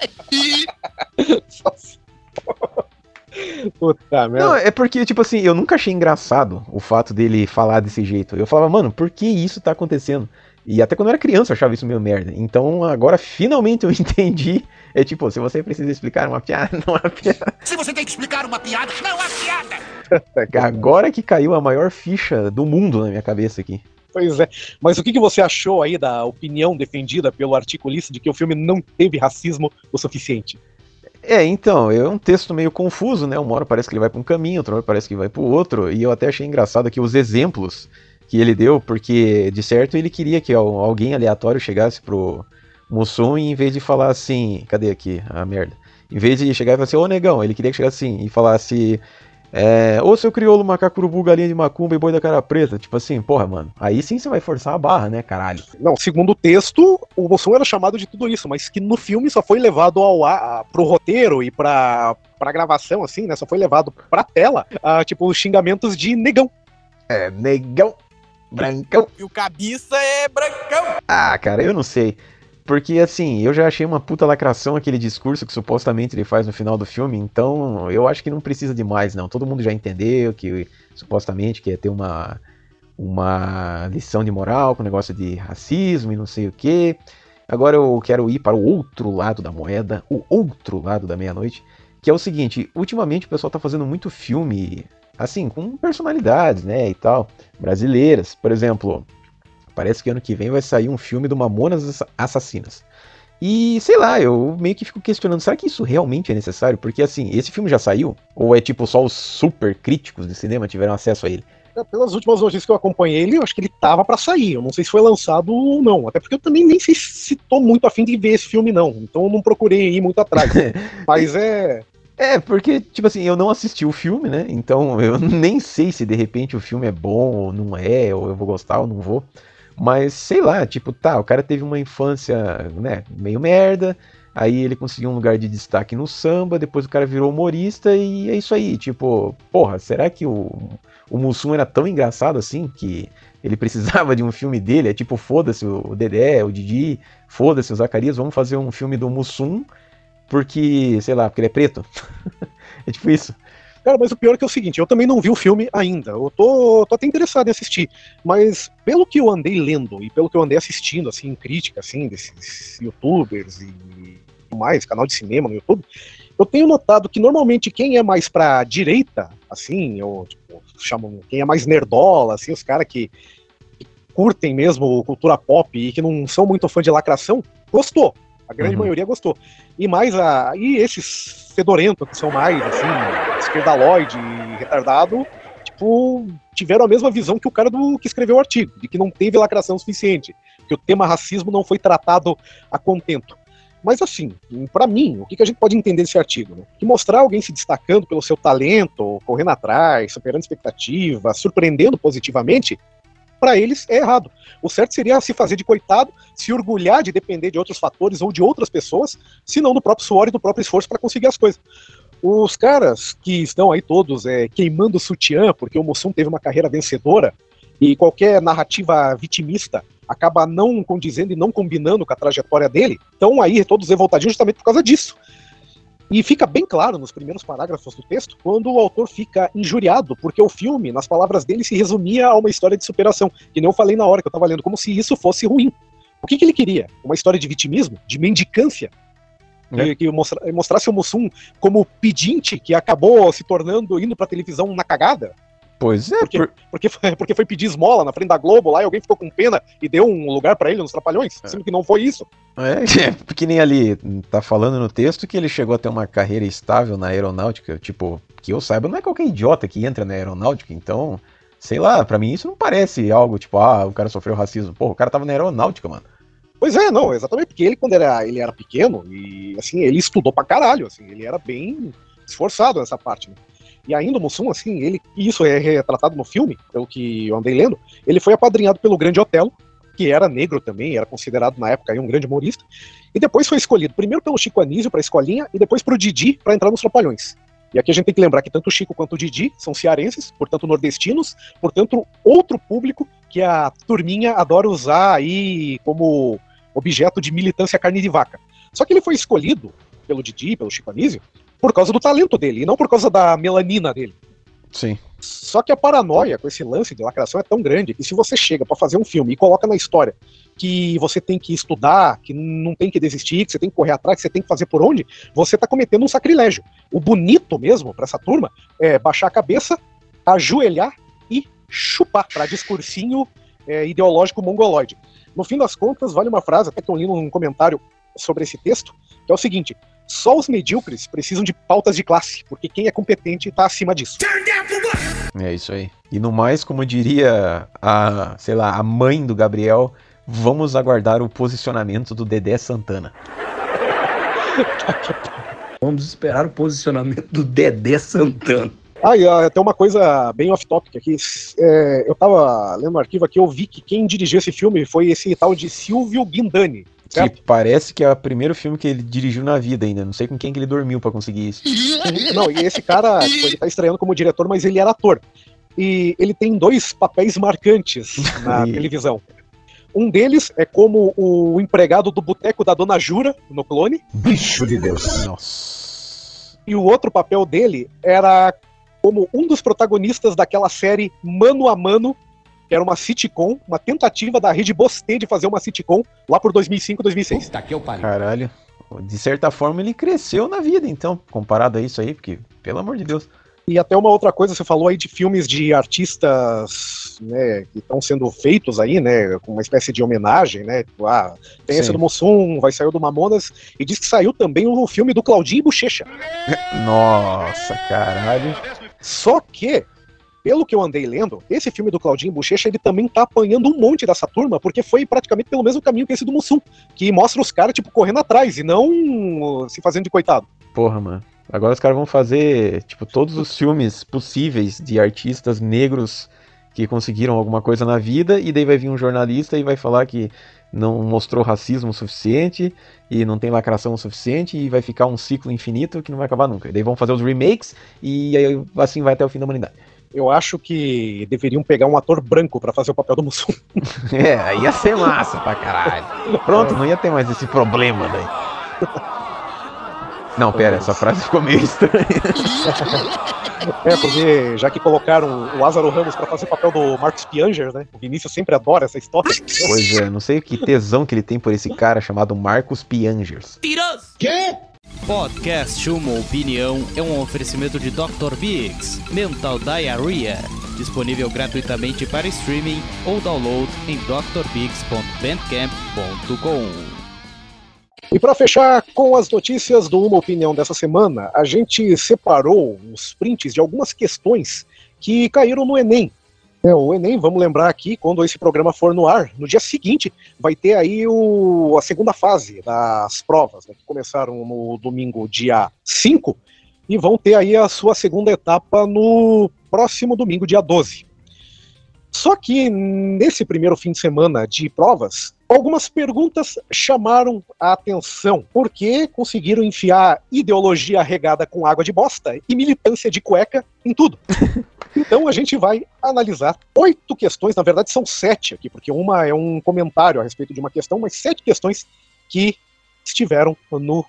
Speaker 6: Puta merda.
Speaker 5: Não, é porque, tipo assim, eu nunca achei engraçado o fato dele falar desse jeito. Eu falava, mano, por que isso tá acontecendo? E até quando eu era criança eu achava isso meio merda. Então agora finalmente eu entendi. É tipo, se você precisa explicar uma piada, não é uma piada.
Speaker 15: Se você tem que explicar uma piada, não é uma piada!
Speaker 5: Agora que caiu a maior ficha do mundo na minha cabeça aqui.
Speaker 6: Pois é. Mas o que você achou aí da opinião defendida pelo articulista de que o filme não teve racismo o suficiente?
Speaker 5: Então, é um texto meio confuso, né? Uma hora parece que ele vai para um caminho, outra hora parece que vai para o outro, e eu até achei engraçado aqui os exemplos que ele deu, porque de certo ele queria que alguém aleatório chegasse pro Mussum e em vez de falar assim, cadê aqui a merda? Em vez de chegar e falar assim, ô negão, ele queria que chegasse assim e falasse, ô seu crioulo, macaco, urubu, galinha de macumba e boi da cara preta. Tipo assim, porra, mano, aí sim você vai forçar a barra, né, caralho?
Speaker 6: Não, segundo o texto, o Mussum era chamado de tudo isso, mas que no filme só foi levado pro roteiro e pra gravação, assim, né, só foi levado pra tela, tipo, os xingamentos de negão.
Speaker 5: Negão, brancão.
Speaker 2: E o cabeça é brancão.
Speaker 5: Ah, cara, eu não sei. Porque, assim, eu já achei uma puta lacração aquele discurso que supostamente ele faz no final do filme, então eu acho que não precisa de mais, não. Todo mundo já entendeu que supostamente quer ter uma lição de moral com o negócio de racismo e não sei o quê. Agora eu quero ir para o outro lado da moeda, o outro lado da meia-noite, que é o seguinte, ultimamente o pessoal tá fazendo muito filme, assim, com personalidades, né, e tal, brasileiras. Por exemplo, parece que ano que vem vai sair um filme do Mamonas Assassinas. E, sei lá, eu meio que fico questionando, será que isso realmente é necessário? Porque, assim, esse filme já saiu? Ou é tipo só os super críticos de cinema tiveram acesso a ele?
Speaker 6: Pelas últimas notícias que eu acompanhei ele, eu acho que ele tava pra sair. Eu não sei se foi lançado ou não. Até porque eu também nem sei se tô muito afim de ver esse filme, não. Então eu não procurei ir muito atrás. Mas
Speaker 5: porque, tipo assim, eu não assisti o filme, né? Então eu nem sei se de repente o filme é bom ou não é, ou eu vou gostar ou não vou. Mas, sei lá, tipo, tá, o cara teve uma infância, né, meio merda, aí ele conseguiu um lugar de destaque no samba, depois o cara virou humorista e é isso aí, tipo, porra, será que o Mussum era tão engraçado assim que ele precisava de um filme dele? É tipo, foda-se o Dedé, o Didi, foda-se o Zacarias, vamos fazer um filme do Mussum porque, sei lá, porque ele é preto. É tipo isso.
Speaker 6: Cara, mas o pior é que é o seguinte, eu também não vi o filme ainda, eu tô até interessado em assistir, mas pelo que eu andei lendo e pelo que eu andei assistindo, assim, em crítica, assim, desses youtubers e mais, canal de cinema no YouTube, eu tenho notado que normalmente quem é mais pra direita, assim, ou tipo, chamam, quem é mais nerdola, assim, os caras que curtem mesmo cultura pop e que não são muito fã de lacração, gostou. A grande maioria gostou. E mais e esses fedorentos que são mais, assim, esquerdaloide e retardado, tipo, grupo tiveram a mesma visão que o cara que escreveu o artigo, de que não teve lacração suficiente, que o tema racismo não foi tratado a contento. Mas assim, pra mim, o que a gente pode entender desse artigo? Né? Que mostrar alguém se destacando pelo seu talento, correndo atrás, superando expectativas, surpreendendo positivamente, pra eles é errado. O certo seria se fazer de coitado, se orgulhar de depender de outros fatores ou de outras pessoas, se não do próprio suor e do próprio esforço para conseguir as coisas. Os caras que estão aí todos queimando o sutiã porque o Mussum teve uma carreira vencedora e qualquer narrativa vitimista acaba não condizendo e não combinando com a trajetória dele, estão aí todos revoltadinhos justamente por causa disso. E fica bem claro nos primeiros parágrafos do texto quando o autor fica injuriado, porque o filme, nas palavras dele, se resumia a uma história de superação, que nem eu falei na hora que eu estava lendo, como se isso fosse ruim. O que ele queria? Uma história de vitimismo? De mendicância? Que mostrasse o Mussum como pedinte que acabou se tornando, indo pra televisão na cagada?
Speaker 5: Pois é.
Speaker 6: Porque foi pedir esmola na frente da Globo lá e alguém ficou com pena e deu um lugar pra ele nos Trapalhões, sendo que não foi isso.
Speaker 5: Porque nem ali tá falando no texto que ele chegou a ter uma carreira estável na aeronáutica, tipo, que eu saiba, não é qualquer idiota que entra na aeronáutica, então, sei lá, pra mim isso não parece algo tipo, o cara sofreu racismo. Pô, o cara tava na aeronáutica, mano.
Speaker 6: Pois é, não, exatamente, porque ele, quando ele era pequeno, e assim, ele estudou pra caralho, assim, ele era bem esforçado nessa parte, né? E ainda o Mussum, assim, e isso é retratado no filme, pelo que eu andei lendo, ele foi apadrinhado pelo Grande Otelo, que era negro também, era considerado na época aí um grande humorista, e depois foi escolhido primeiro pelo Chico Anísio pra escolinha, e depois pro Didi pra entrar nos Trapalhões. E aqui a gente tem que lembrar que tanto o Chico quanto o Didi são cearenses, portanto nordestinos, portanto outro público que a turminha adora usar aí como objeto de militância carne de vaca. Só que ele foi escolhido pelo Didi, pelo Chico Anísio, por causa do talento dele, e não por causa da melanina dele.
Speaker 5: Sim.
Speaker 6: Só que a paranoia com esse lance de lacração é tão grande que se você chega pra fazer um filme e coloca na história que você tem que estudar, que não tem que desistir, que você tem que correr atrás, que você tem que fazer por onde, você tá cometendo um sacrilégio. O bonito mesmo pra essa turma é baixar a cabeça, ajoelhar e chupar pra discursinho ideológico mongoloide. No fim das contas, vale uma frase, até que eu li num comentário sobre esse texto, que é o seguinte: só os medíocres precisam de pautas de classe, porque quem é competente está acima disso.
Speaker 5: É isso aí. E no mais, como diria a mãe do Gabriel, vamos aguardar o posicionamento do Dedé Santana.
Speaker 16: Vamos esperar o posicionamento do Dedé Santana.
Speaker 6: E tem uma coisa bem off-topic aqui. Eu tava lendo um arquivo aqui, eu vi que quem dirigiu esse filme foi esse tal de Silvio Guindani. Certo?
Speaker 5: Que parece que é o primeiro filme que ele dirigiu na vida ainda. Não sei com quem que ele dormiu pra conseguir isso.
Speaker 6: Não, e esse cara, ele tá estreando como diretor, mas ele era ator. E ele tem 2 papéis marcantes na televisão. Um deles é como o empregado do boteco da Dona Jura, no Clone.
Speaker 16: Bicho de Deus.
Speaker 6: Nossa. E o outro papel dele era como um dos protagonistas daquela série Mano a Mano, que era uma sitcom, uma tentativa da Rede Bostê de fazer uma sitcom lá por 2005, 2006.
Speaker 16: Puta que eu pariu.
Speaker 5: Caralho. De certa forma ele cresceu na vida, então, comparado a isso aí, porque, pelo amor de Deus.
Speaker 6: E até uma outra coisa, você falou aí de filmes de artistas, né, que estão sendo feitos aí, né, com uma espécie de homenagem, né, tipo, tem esse do Mussum, vai sair do Mamonas, e diz que saiu também o filme do Claudinho e Bochecha.
Speaker 5: Nossa, caralho.
Speaker 6: Só que, pelo que eu andei lendo, esse filme do Claudinho e Bochecha, ele também tá apanhando um monte dessa turma, porque foi praticamente pelo mesmo caminho que esse do Mussum, que mostra os caras, tipo, correndo atrás, e não se fazendo de coitado.
Speaker 5: Porra, mano. Agora os caras vão fazer, tipo, todos os filmes possíveis de artistas negros que conseguiram alguma coisa na vida, e daí vai vir um jornalista e vai falar que não mostrou racismo o suficiente, e não tem lacração o suficiente, e vai ficar um ciclo infinito que não vai acabar nunca. E daí vão fazer os remakes, e aí, assim vai até o fim da humanidade.
Speaker 6: Eu acho que deveriam pegar um ator branco pra fazer o papel do Mussum.
Speaker 5: Aí ia ser massa pra caralho. Pronto, não ia ter mais esse problema daí. Não, pera, essa frase ficou meio estranha.
Speaker 6: Porque já que colocaram o Lázaro Ramos pra fazer o papel do Marcos Pianger, né? O Vinícius sempre adora essa história.
Speaker 5: Pois é, não sei que tesão que ele tem por esse cara chamado Marcos Piangers.
Speaker 14: Tiroso! Quê? Podcast Uma Opinião é um oferecimento de Dr. Biggs, Mental Diarrhea, disponível gratuitamente para streaming ou download em drbiggs.bandcamp.com.
Speaker 6: E para fechar com as notícias do Uma Opinião dessa semana, a gente separou os prints de algumas questões que caíram no Enem. O Enem, vamos lembrar aqui, quando esse programa for no ar, no dia seguinte vai ter aí a segunda fase das provas, né, que começaram no domingo, dia 5, e vão ter aí a sua segunda etapa no próximo domingo, dia 12. Só que nesse primeiro fim de semana de provas, algumas perguntas chamaram a atenção, porque conseguiram enfiar ideologia regada com água de bosta e militância de cueca em tudo. Então a gente vai analisar 8 questões, na verdade são 7 aqui, porque uma é um comentário a respeito de uma questão, mas 7 questões que estiveram no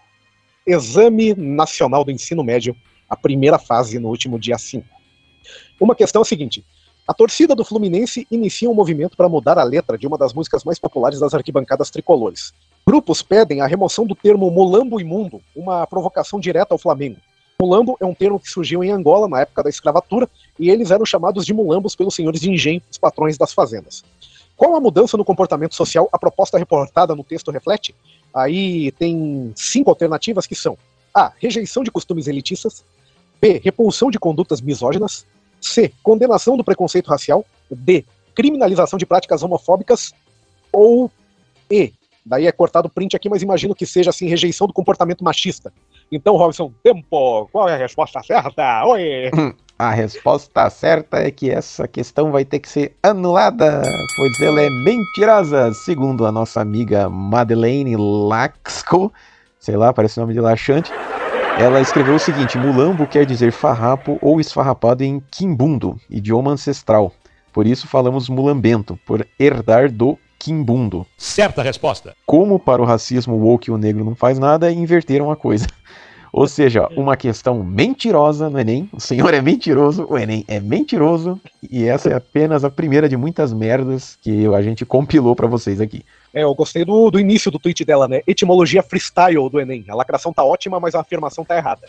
Speaker 6: Exame Nacional do Ensino Médio, a primeira fase no último dia 5. Uma questão é a seguinte: a torcida do Fluminense inicia um movimento para mudar a letra de uma das músicas mais populares das arquibancadas tricolores. Grupos pedem a remoção do termo mulambo imundo, uma provocação direta ao Flamengo. Mulambo é um termo que surgiu em Angola na época da escravatura e eles eram chamados de mulambos pelos senhores de engenho, os patrões das fazendas. Qual a mudança no comportamento social a proposta reportada no texto reflete? Aí tem 5 alternativas que são: A. Rejeição de costumes elitistas. B. Repulsão de condutas misóginas. C. Condenação do preconceito racial. D. Criminalização de práticas homofóbicas. Ou E. Daí é cortado o print aqui, mas imagino que seja assim, rejeição do comportamento machista. Então, Robson, tempo! Qual é a resposta certa? Oi!
Speaker 5: A resposta certa é que essa questão vai ter que ser anulada, pois ela é mentirosa, segundo a nossa amiga Madeleine Laxco, sei lá, parece o nome de laxante. Ela escreveu o seguinte: mulambo quer dizer farrapo ou esfarrapado em quimbundo, idioma ancestral. Por isso falamos mulambento, por herdar do quimbundo.
Speaker 17: Certa resposta.
Speaker 5: Como para o racismo woke o negro não faz nada, inverteram a coisa. Ou seja, uma questão mentirosa no Enem. O senhor é mentiroso, o Enem é mentiroso. E essa é apenas a primeira de muitas merdas que a gente compilou pra vocês aqui.
Speaker 6: Eu gostei do início do tweet dela, né? Etimologia freestyle do Enem. A lacração tá ótima, mas a afirmação tá errada.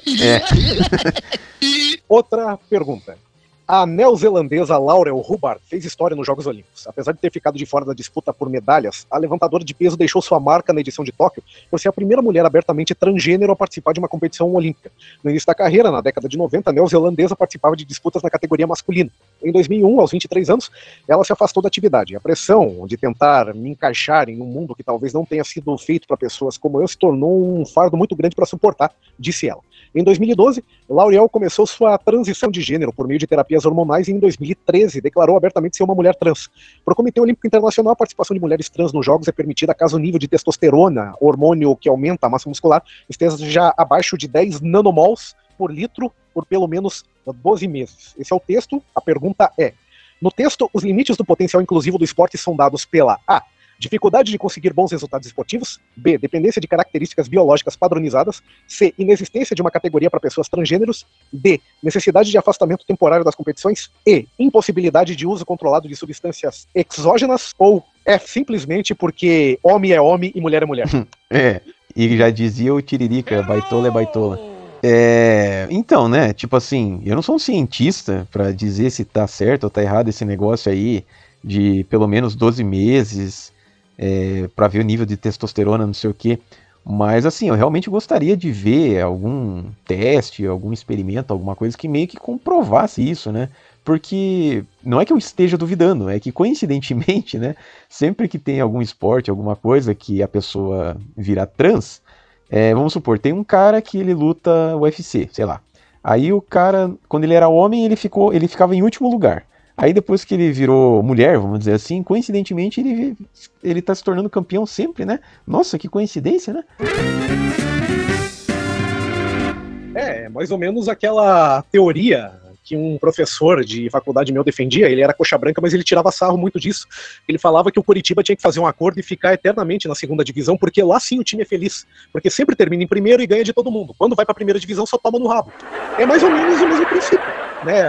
Speaker 6: Outra pergunta. A neozelandesa Laurel Hubbard fez história nos Jogos Olímpicos. Apesar de ter ficado de fora da disputa por medalhas, a levantadora de peso deixou sua marca na edição de Tóquio por ser a primeira mulher abertamente transgênero a participar de uma competição olímpica. No início da carreira, na década de 90, a neozelandesa participava de disputas na categoria masculina. Em 2001, aos 23 anos, ela se afastou da atividade. A pressão de tentar me encaixar em um mundo que talvez não tenha sido feito para pessoas como eu se tornou um fardo muito grande para suportar, disse ela. Em 2012, Laurel começou sua transição de gênero por meio de terapias hormonais e em 2013 declarou abertamente ser uma mulher trans. Para o Comitê Olímpico Internacional, a participação de mulheres trans nos Jogos é permitida caso o nível de testosterona, hormônio que aumenta a massa muscular, esteja abaixo de 10 nanomols por litro por pelo menos 12 meses. Esse é o texto. A pergunta é: no texto, os limites do potencial inclusivo do esporte são dados pela A. Dificuldade de conseguir bons resultados esportivos. B. Dependência de características biológicas padronizadas. C. Inexistência de uma categoria para pessoas transgêneros. D. Necessidade de afastamento temporário das competições. E. Impossibilidade de uso controlado de substâncias exógenas. Ou F. Simplesmente porque homem é homem e mulher é mulher.
Speaker 5: E já dizia o Tiririca, baitola é baitola. Então, né, tipo assim, eu não sou um cientista pra dizer se tá certo ou tá errado esse negócio aí de pelo menos 12 meses pra ver o nível de testosterona, não sei o que, mas assim, eu realmente gostaria de ver algum teste, algum experimento, alguma coisa que meio que comprovasse isso, né, porque não é que eu esteja duvidando, é que coincidentemente, né, sempre que tem algum esporte, alguma coisa que a pessoa vira trans, vamos supor, tem um cara que ele luta UFC, sei lá. Aí o cara, quando ele era homem, ele ficava em último lugar. Aí depois que ele virou mulher, vamos dizer assim, coincidentemente ele tá se tornando campeão sempre, né? Nossa, que coincidência, né?
Speaker 6: Mais ou menos aquela teoria que um professor de faculdade meu defendia. Ele era coxa branca, mas ele tirava sarro muito disso. Ele falava que o Coritiba tinha que fazer um acordo e ficar eternamente na segunda divisão, porque lá sim o time é feliz, porque sempre termina em primeiro e ganha de todo mundo. Quando vai pra primeira divisão só toma no rabo. É mais ou menos o mesmo princípio, né?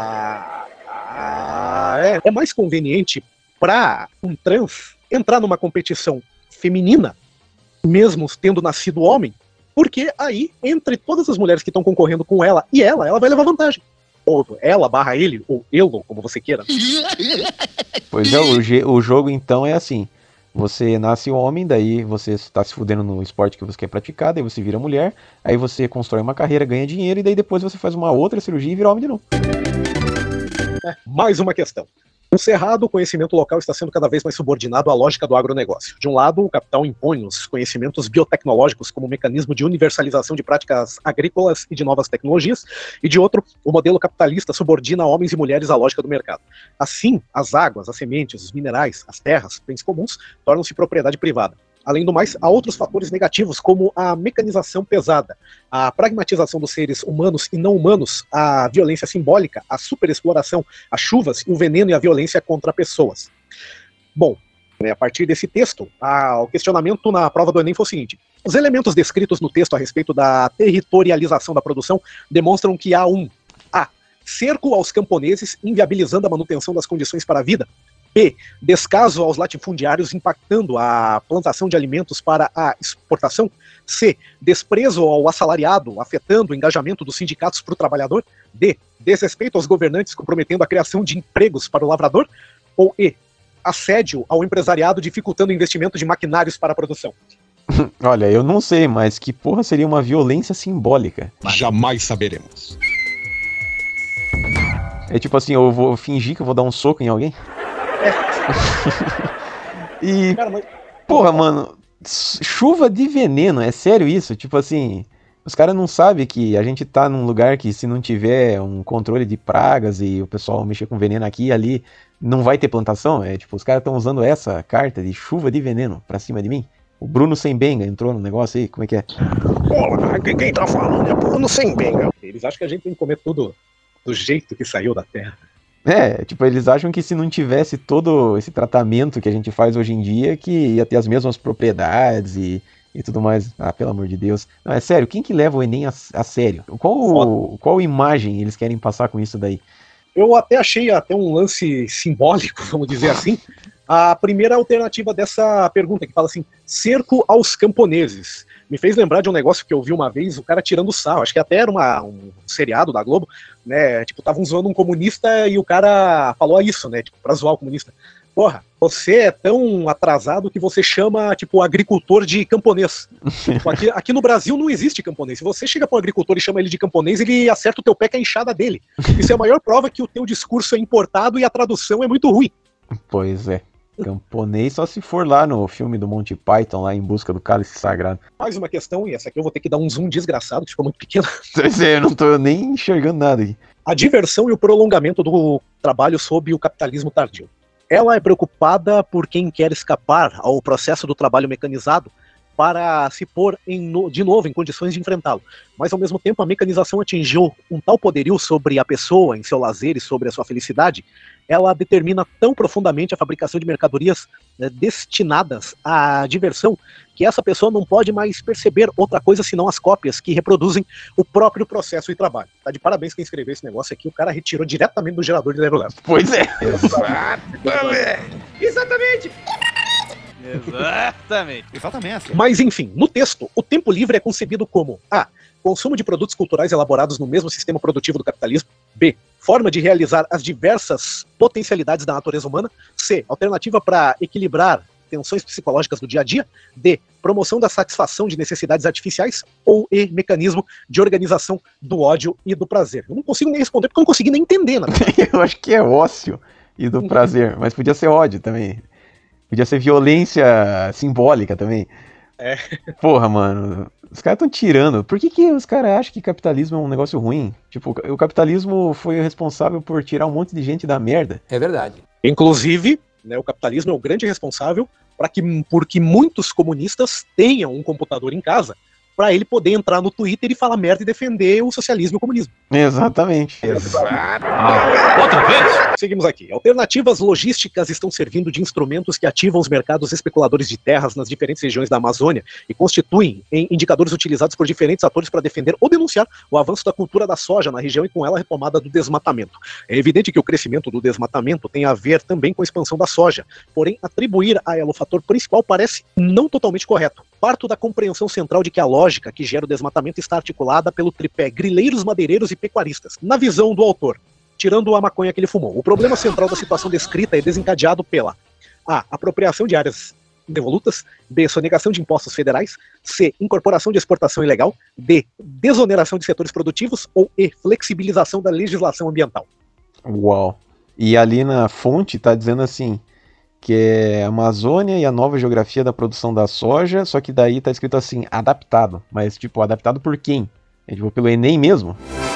Speaker 6: É mais conveniente para um trans entrar numa competição feminina, mesmo tendo nascido homem, porque aí, entre todas as mulheres que estão concorrendo com ela e ela vai levar vantagem. Ou ela barra ele, ou ele, como você queira.
Speaker 5: Pois é, o jogo então é assim: você nasce homem, daí você está se fudendo no esporte que você quer praticar, daí você vira mulher, aí você constrói uma carreira, ganha dinheiro, e daí depois você faz uma outra cirurgia e vira homem de novo.
Speaker 6: Mais uma questão. No Cerrado, o conhecimento local está sendo cada vez mais subordinado à lógica do agronegócio. De um lado, o capital impõe os conhecimentos biotecnológicos como mecanismo de universalização de práticas agrícolas e de novas tecnologias, e de outro, o modelo capitalista subordina homens e mulheres à lógica do mercado. Assim, as águas, as sementes, os minerais, as terras, bens comuns, tornam-se propriedade privada. Além do mais, há outros fatores negativos, como a mecanização pesada, a pragmatização dos seres humanos e não humanos, a violência simbólica, a superexploração, as chuvas, o veneno e a violência contra pessoas. Bom, a partir desse texto, o questionamento na prova do Enem foi o seguinte: os elementos descritos no texto a respeito da territorialização da produção demonstram que há A. Cerco aos camponeses, inviabilizando a manutenção das condições para a vida. B. Descaso aos latifundiários, impactando a plantação de alimentos para a exportação. C. Desprezo ao assalariado, afetando o engajamento dos sindicatos para o trabalhador. D. Desrespeito aos governantes, comprometendo a criação de empregos para o lavrador. Ou E. Assédio ao empresariado, dificultando o investimento de maquinários para a produção.
Speaker 5: Olha, eu não sei, mas que porra seria uma violência simbólica?
Speaker 17: Jamais saberemos.
Speaker 5: É tipo assim, eu vou fingir que eu vou dar um soco em alguém? E, porra, mano, chuva de veneno, é sério isso? Tipo assim, os caras não sabem que a gente tá num lugar que se não tiver um controle de pragas e o pessoal mexer com veneno aqui e ali, não vai ter plantação? É tipo, os caras estão usando essa carta de chuva de veneno pra cima de mim? O Bruno Sembenga entrou no negócio aí, como é que é?
Speaker 6: Porra, quem tá falando é Bruno Sembenga. Eles acham que a gente tem que comer tudo do jeito que saiu da terra.
Speaker 5: É, tipo, eles acham que se não tivesse todo esse tratamento que a gente faz hoje em dia, que ia ter as mesmas propriedades e tudo mais. Ah, pelo amor de Deus. Não, é sério, quem que leva o Enem a sério? Qual imagem eles querem passar com isso daí?
Speaker 6: Eu até achei um lance simbólico, vamos dizer assim, a primeira alternativa dessa pergunta, que fala assim, cerco aos camponeses. Me fez lembrar de um negócio que eu vi uma vez, o cara tirando sarro, acho que até era um seriado da Globo, né, tipo, estavam zoando um comunista e o cara falou isso, né, tipo, pra zoar o comunista. Porra, você é tão atrasado que você chama, tipo, agricultor de camponês. Tipo, aqui no Brasil não existe camponês. Se você chega para um agricultor e chama ele de camponês, ele acerta o teu pé com a enxada dele. Isso é a maior prova que o teu discurso é importado e a tradução é muito ruim.
Speaker 5: Pois é. Camponês só se for lá no filme do Monty Python, lá Em Busca do Cálice Sagrado.
Speaker 6: Mais uma questão, e essa aqui eu vou ter que dar um zoom desgraçado, que ficou muito pequena.
Speaker 5: Eu não tô nem enxergando nada aqui.
Speaker 6: A diversão e o prolongamento do trabalho sob o capitalismo tardio. Ela é preocupada por quem quer escapar ao processo do trabalho mecanizado para se pôr de novo em condições de enfrentá-lo. Mas, ao mesmo tempo, a mecanização atingiu um tal poderio sobre a pessoa, em seu lazer e sobre a sua felicidade, ela determina tão profundamente a fabricação de mercadorias destinadas à diversão, que essa pessoa não pode mais perceber outra coisa senão as cópias que reproduzem o próprio processo de trabalho. Tá de parabéns quem escreveu esse negócio aqui, o cara retirou diretamente do gerador de lero-lero.
Speaker 5: Pois é.
Speaker 6: Exatamente.
Speaker 14: Exatamente.
Speaker 6: Mas enfim, no texto, o tempo livre é concebido como A. Consumo de produtos culturais elaborados no mesmo sistema produtivo do capitalismo. B. Forma de realizar as diversas potencialidades da natureza humana. C. Alternativa para equilibrar tensões psicológicas do dia a dia. D. Promoção da satisfação de necessidades artificiais. Ou E. Mecanismo de organização do ódio e do prazer. Eu não consigo nem responder porque eu não consegui nem entender, na verdade.
Speaker 5: Eu acho que é ócio e do prazer, mas podia ser ódio também. Podia ser violência simbólica também.
Speaker 6: É.
Speaker 5: Porra, mano, os caras estão tirando. Por que os caras acham que capitalismo é um negócio ruim? Tipo, o capitalismo foi o responsável por tirar um monte de gente da merda.
Speaker 13: É verdade.
Speaker 6: Inclusive, né, o capitalismo é o grande responsável por que muitos comunistas tenham um computador em casa para ele poder entrar no Twitter e falar merda e defender o socialismo e o comunismo.
Speaker 5: Exatamente.
Speaker 6: Outra vez? Seguimos aqui. Alternativas logísticas estão servindo de instrumentos que ativam os mercados especuladores de terras nas diferentes regiões da Amazônia e constituem indicadores utilizados por diferentes atores para defender ou denunciar o avanço da cultura da soja na região e com ela a retomada do desmatamento. É evidente que o crescimento do desmatamento tem a ver também com a expansão da soja, porém atribuir a ela o fator principal parece não totalmente correto. Parto da compreensão central de que a lógica que gera o desmatamento está articulada pelo tripé grileiros, madeireiros e pecuaristas. Na visão do autor, tirando a maconha que ele fumou, o problema central da situação descrita é desencadeado pela A. Apropriação de áreas devolutas. B. Sonegação de impostos federais. C. Incorporação de exportação ilegal. D. Desoneração de setores produtivos. Ou E. Flexibilização da legislação ambiental.
Speaker 5: Uau. E ali na fonte tá dizendo assim, que é Amazônia e a nova geografia da produção da soja, só que daí tá escrito assim, adaptado. Mas, tipo, adaptado por quem? É tipo pelo Enem mesmo?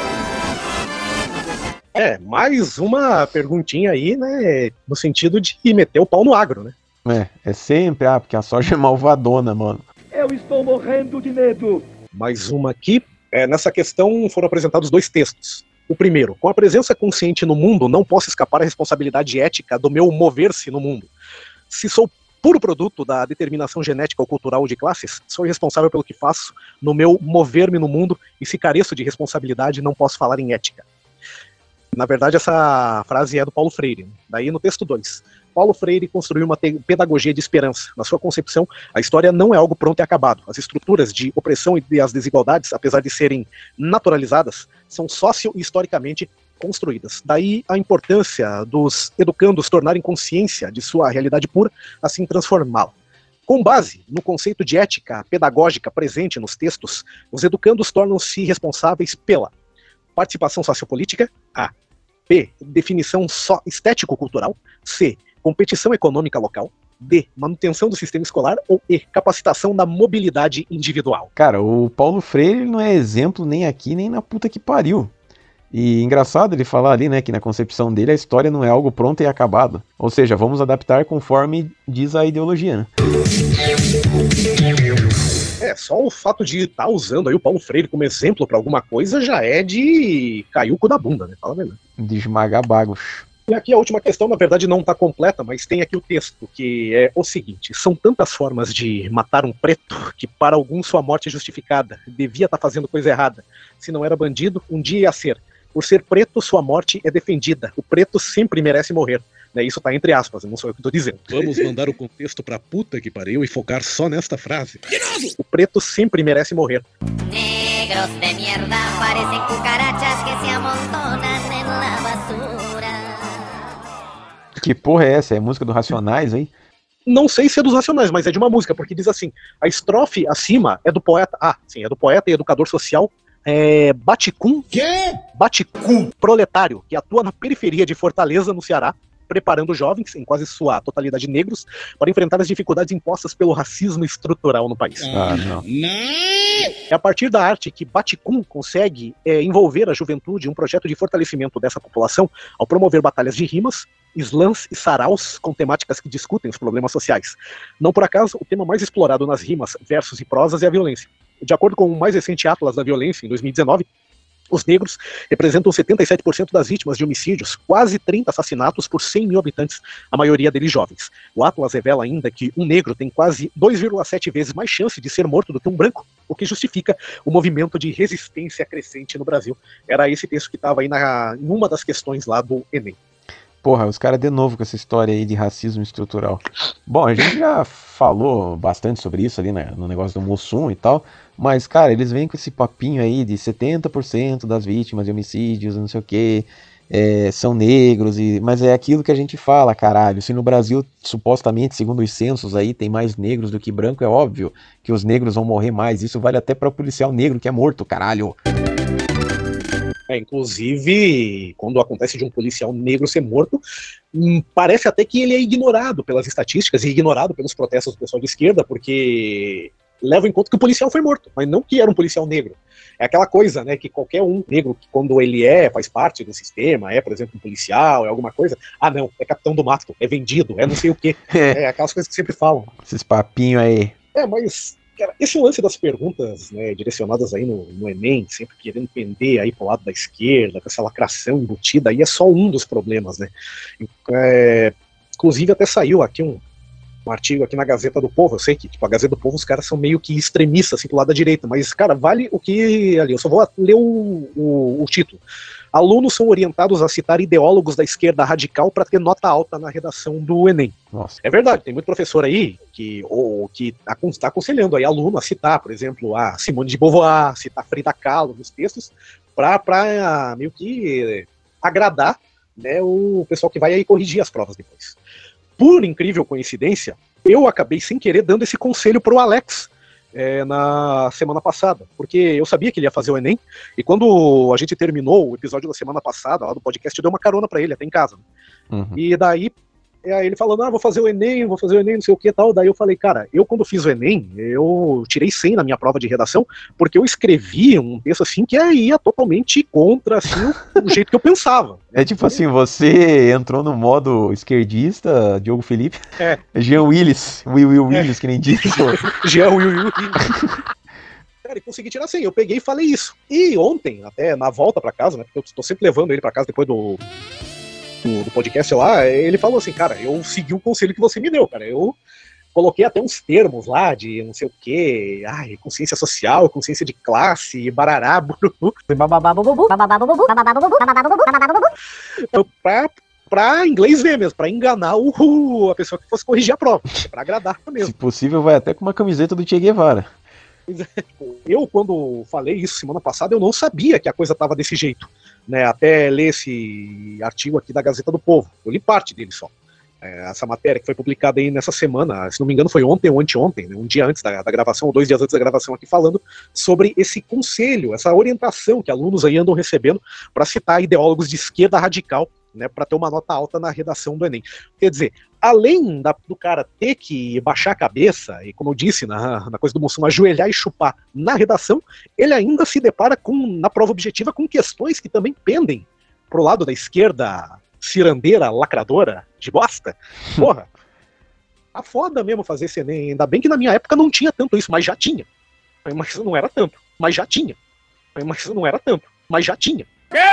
Speaker 6: Mais uma perguntinha aí, né, no sentido de meter o pau no agro, né?
Speaker 5: É sempre, porque a soja é malvadona, mano.
Speaker 17: Eu estou morrendo de medo.
Speaker 6: Mais uma aqui. Nessa questão foram apresentados 2 textos. O primeiro, com a presença consciente no mundo, não posso escapar à responsabilidade ética do meu mover-se no mundo. Se sou puro produto da determinação genética ou cultural de classes, sou responsável pelo que faço no meu mover-me no mundo, e se careço de responsabilidade, não posso falar em ética. Na verdade, essa frase é do Paulo Freire. Daí, no texto 2, Paulo Freire construiu uma pedagogia de esperança. Na sua concepção, a história não é algo pronto e acabado. As estruturas de opressão e as desigualdades, apesar de serem naturalizadas, são socio e historicamente construídas. Daí a importância dos educandos tornarem consciência de sua realidade pura, assim transformá-la. Com base no conceito de ética pedagógica presente nos textos, os educandos tornam-se responsáveis pela participação sociopolítica, A. B. Definição estético-cultural. C. Competição econômica local. D. Manutenção do sistema escolar. Ou E. Capacitação da mobilidade individual.
Speaker 5: Cara, o Paulo Freire não é exemplo nem aqui, nem na puta que pariu. E engraçado ele falar ali, né, que na concepção dele a história não é algo pronto e acabado. Ou seja, vamos adaptar conforme diz a ideologia, né?
Speaker 6: Só o fato de estar usando aí o Paulo Freire como exemplo para alguma coisa já é de cair o cu da bunda, né? Fala a verdade.
Speaker 5: De esmagar bagos.
Speaker 6: E aqui a última questão, na verdade, não está completa, mas tem aqui o texto, que é o seguinte: são tantas formas de matar um preto que para alguns sua morte é justificada. Devia estar fazendo coisa errada. Se não era bandido, um dia ia ser. Por ser preto, sua morte é defendida. O preto sempre merece morrer. Isso tá entre aspas, não sou eu que tô dizendo.
Speaker 18: Vamos mandar o contexto pra puta que pariu e focar só nesta frase.
Speaker 6: De novo! O preto sempre merece morrer.
Speaker 10: Negros de mierda parecem cucarachas que se amontonan en la basura.
Speaker 5: Que porra é essa? É música do Racionais, hein?
Speaker 6: Não sei se é dos Racionais, mas é de uma música, porque diz assim, a estrofe acima é do poeta, é do poeta e educador social Baticum. Baticum, proletário, que atua na periferia de Fortaleza, no Ceará, preparando jovens, em quase sua totalidade negros, para enfrentar as dificuldades impostas pelo racismo estrutural no país.
Speaker 5: Não.
Speaker 6: É a partir da arte que Baticum consegue envolver a juventude em um projeto de fortalecimento dessa população ao promover batalhas de rimas, slams e saraus com temáticas que discutem os problemas sociais. Não por acaso, o tema mais explorado nas rimas, versos e prosas é a violência. De acordo com o mais recente Atlas da Violência, em 2019, os negros representam 77% das vítimas de homicídios, quase 30 assassinatos por 100 mil habitantes, a maioria deles jovens. O Atlas revela ainda que um negro tem quase 2,7 vezes mais chance de ser morto do que um branco, o que justifica o movimento de resistência crescente no Brasil. Era esse texto que estava aí em uma das questões lá do Enem.
Speaker 5: Porra, os caras de novo com essa história aí de racismo estrutural. Bom, a gente já falou bastante sobre isso ali, né, no negócio do Mussum e tal, mas, cara, eles vêm com esse papinho aí de 70% das vítimas de homicídios, não sei o que, são negros, mas é aquilo que a gente fala, caralho. Se no Brasil, supostamente, segundo os censos aí, tem mais negros do que branco, é óbvio que os negros vão morrer mais. Isso vale até para o policial negro que é morto, caralho.
Speaker 6: Inclusive, quando acontece de um policial negro ser morto, parece até que ele é ignorado pelas estatísticas e ignorado pelos protestos do pessoal de esquerda, porque leva em conta que o policial foi morto, mas não que era um policial negro. É aquela coisa, né, que qualquer um negro, que quando ele faz parte do sistema, por exemplo, um policial, alguma coisa, não, é capitão do mato, é vendido, não sei o quê. Aquelas coisas que sempre falam.
Speaker 5: Esses papinhos aí.
Speaker 6: Mas... Cara, esse lance das perguntas, né, direcionadas aí no Enem, sempre querendo pender aí pro lado da esquerda, com essa lacração embutida, aí é só um dos problemas, né? Inclusive até saiu aqui um artigo aqui na Gazeta do Povo. Eu sei que a Gazeta do Povo os caras são meio que extremistas, assim, pro lado da direita, mas, cara, vale o que ali, eu só vou ler o título. Alunos são orientados a citar ideólogos da esquerda radical para ter nota alta na redação do Enem.
Speaker 5: Nossa.
Speaker 6: É verdade, tem muito professor aí que está aconselhando aí aluno a citar, por exemplo, a Simone de Beauvoir, citar Frida Kahlo nos textos, para meio que agradar, né, o pessoal que vai aí corrigir as provas depois. Por incrível coincidência, eu acabei sem querer dando esse conselho pro Alex, na semana passada, porque eu sabia que ele ia fazer o Enem, e quando a gente terminou o episódio da semana passada, lá do podcast, eu dei uma carona pra ele até em casa. E daí, ele falando, vou fazer o Enem, não sei o que e tal. Daí eu falei, cara, eu quando fiz o Enem, eu tirei 100 na minha prova de redação, porque eu escrevi um texto assim que ia totalmente contra assim, o jeito que eu pensava.
Speaker 5: É tipo assim, você entrou no modo esquerdista, Diogo Felipe, Jean Willis, Will Willis, que nem disse.
Speaker 6: Jean Willis. Cara, e consegui tirar 100, eu peguei e falei isso. E ontem, até na volta pra casa, né, porque eu tô sempre levando ele pra casa depois do podcast lá, ele falou assim, cara, eu segui o conselho que você me deu, cara, eu coloquei até uns termos lá de não sei o que, consciência social, consciência de classe, barará, pra inglês ver mesmo, pra enganar a pessoa que fosse corrigir a prova, pra agradar mesmo.
Speaker 5: Se possível, vai até com uma camiseta do Che Guevara.
Speaker 6: Eu, quando falei isso semana passada, eu não sabia que a coisa tava desse jeito, né? Até ler esse artigo aqui da Gazeta do Povo, eu li parte dele só. Essa matéria que foi publicada aí nessa semana, se não me engano foi ontem ou anteontem, né? Um dia antes da gravação, ou 2 dias antes da gravação aqui, falando sobre esse conselho, essa orientação que alunos aí andam recebendo para citar ideólogos de esquerda radical, né, para ter uma nota alta na redação do Enem. Quer dizer, além do cara ter que baixar a cabeça, e como eu disse na coisa do Mussum, ajoelhar e chupar na redação, ele ainda se depara na prova objetiva com questões que também pendem pro lado da esquerda cirandeira, lacradora, de bosta. Porra, tá foda mesmo fazer esse Enem. Ainda bem que na minha época não tinha tanto isso, mas já tinha. Mas não era tanto, mas já tinha. Mas não era tanto, mas já tinha.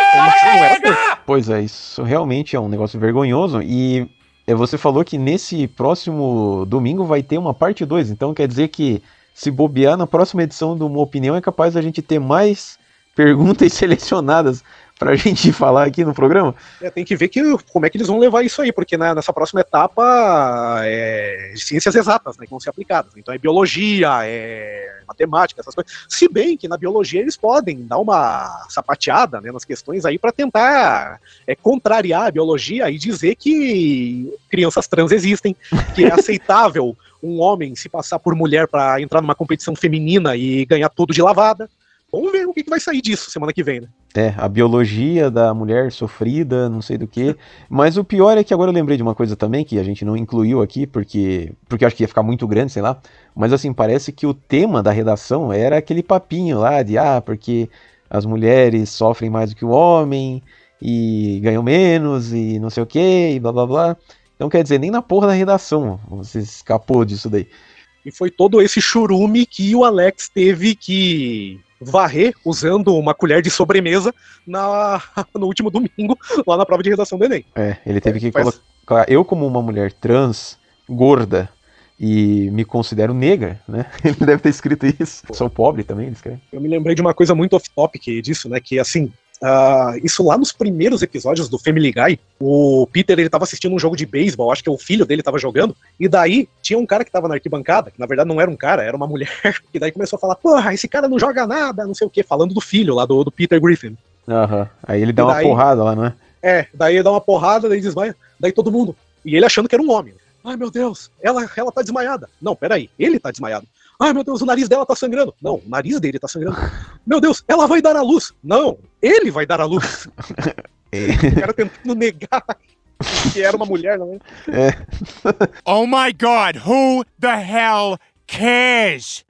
Speaker 5: Pois é, isso realmente é um negócio vergonhoso. E você falou que nesse próximo domingo vai ter uma parte 2, então quer dizer que se bobear na próxima edição do Uma Opinião é capaz da gente ter mais perguntas selecionadas pra gente falar aqui no programa?
Speaker 6: Tem que ver como é que eles vão levar isso aí, porque nessa próxima etapa ciências exatas, né, que vão ser aplicadas. Então é biologia, matemática, essas coisas. Se bem que na biologia eles podem dar uma sapateada, né, nas questões aí para tentar contrariar a biologia e dizer que crianças trans existem, que é aceitável um homem se passar por mulher para entrar numa competição feminina e ganhar tudo de lavada. Vamos ver o que vai sair disso semana que vem, né?
Speaker 5: A biologia da mulher sofrida, não sei do que. Mas o pior é que agora eu lembrei de uma coisa também, que a gente não incluiu aqui, porque acho que ia ficar muito grande, sei lá. Mas assim, parece que o tema da redação era aquele papinho lá de, porque as mulheres sofrem mais do que o homem, e ganham menos, e não sei o que, e blá blá blá. Então quer dizer, nem na porra da redação você escapou disso daí.
Speaker 6: E foi todo esse churume que o Alex teve que varrer usando uma colher de sobremesa no último domingo, lá na prova de redação do Enem.
Speaker 5: Ele teve que colocar, eu como uma mulher trans, gorda, e me considero negra, né? Ele deve ter escrito isso. Sou pobre também, ele escreve.
Speaker 6: Eu me lembrei de uma coisa muito off-topic disso, né? Que assim, isso lá nos primeiros episódios do Family Guy, o Peter, ele tava assistindo um jogo de beisebol, acho que o filho dele tava jogando, e daí tinha um cara que tava na arquibancada, que na verdade não era um cara, era uma mulher, e daí começou a falar, porra, esse cara não joga nada, não sei o que, falando do filho lá, do Peter Griffin.
Speaker 5: Aí ele dá uma porrada lá, não é?
Speaker 6: Daí ele dá uma porrada, daí desmaia, daí todo mundo, e ele achando que era um homem. Ai meu Deus, ela tá desmaiada. Não, peraí, ele tá desmaiado. Ai meu Deus, o nariz dela tá sangrando. Não, o nariz dele tá sangrando. Meu Deus, ela vai dar à luz. Não, ele vai dar à luz. O cara tentando negar que era uma mulher, não é?
Speaker 12: Oh my God, who the hell cares?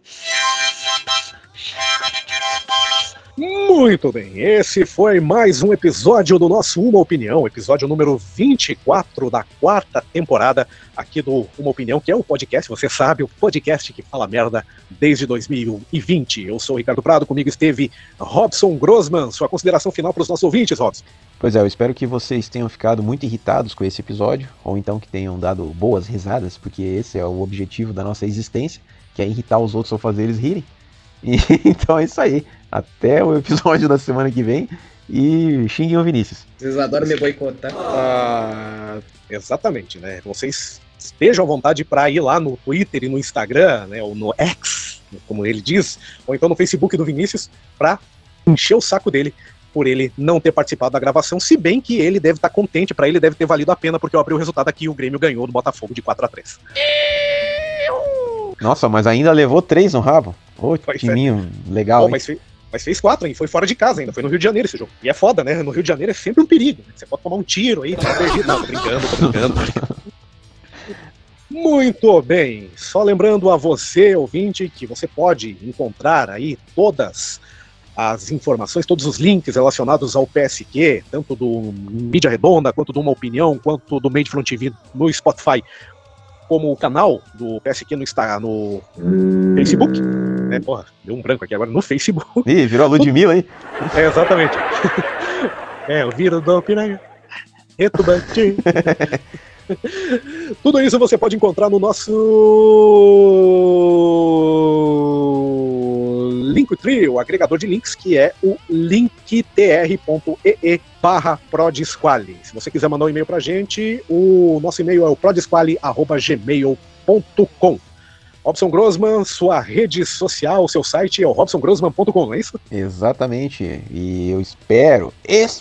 Speaker 6: Muito bem, esse foi mais um episódio do nosso Uma Opinião, episódio número 24 da 4ª temporada aqui do Uma Opinião, que é o podcast, você sabe, o podcast que fala merda desde 2020. Eu sou o Ricardo Prado, comigo esteve Robson Grossman. Sua consideração final para os nossos ouvintes, Robson?
Speaker 5: Pois eu espero que vocês tenham ficado muito irritados com esse episódio, ou então que tenham dado boas risadas, porque esse é o objetivo da nossa existência, que é irritar os outros ou fazer eles rirem. Então é isso aí. Até o episódio da semana que vem. E xinguem o Vinícius.
Speaker 19: Vocês adoram me boicotar.
Speaker 6: Exatamente, né? Vocês estejam à vontade para ir lá no Twitter e no Instagram, né? Ou no X, como ele diz, ou então no Facebook do Vinícius, para encher o saco dele por ele não ter participado da gravação, se bem que ele deve estar contente, para ele deve ter valido a pena, porque eu abri o resultado aqui e o Grêmio ganhou do Botafogo de 4-3.
Speaker 5: Nossa, mas ainda levou 3 no rabo. Ô, timinho legal,
Speaker 6: Mas fez 4, hein? Foi fora de casa ainda, foi no Rio de Janeiro esse jogo. E é foda, né? No Rio de Janeiro é sempre um perigo. Você pode tomar um tiro aí, tá perdido. Não, tô brincando. Muito bem, só lembrando a você, ouvinte, que você pode encontrar aí todas as informações, todos os links relacionados ao PSQ, tanto do Mídia Redonda, quanto do Uma Opinião, quanto do Made Front TV no Spotify, como o canal do PSQ no Facebook, né? Porra, deu um branco aqui agora, no Facebook.
Speaker 5: Ih, virou a Ludmilla, hein?
Speaker 6: É, exatamente. É, o vírus do Piranha. Retubante. Tudo isso você pode encontrar no nosso Linktree, o agregador de links, que é o linktr.ee/prodesquale. Se você quiser mandar um e-mail pra gente, o nosso e-mail é o prodesquale@gmail.com. Robson Grossman, sua rede social, seu site é o robsongrossman.com, não é isso?
Speaker 5: Exatamente, e eu espero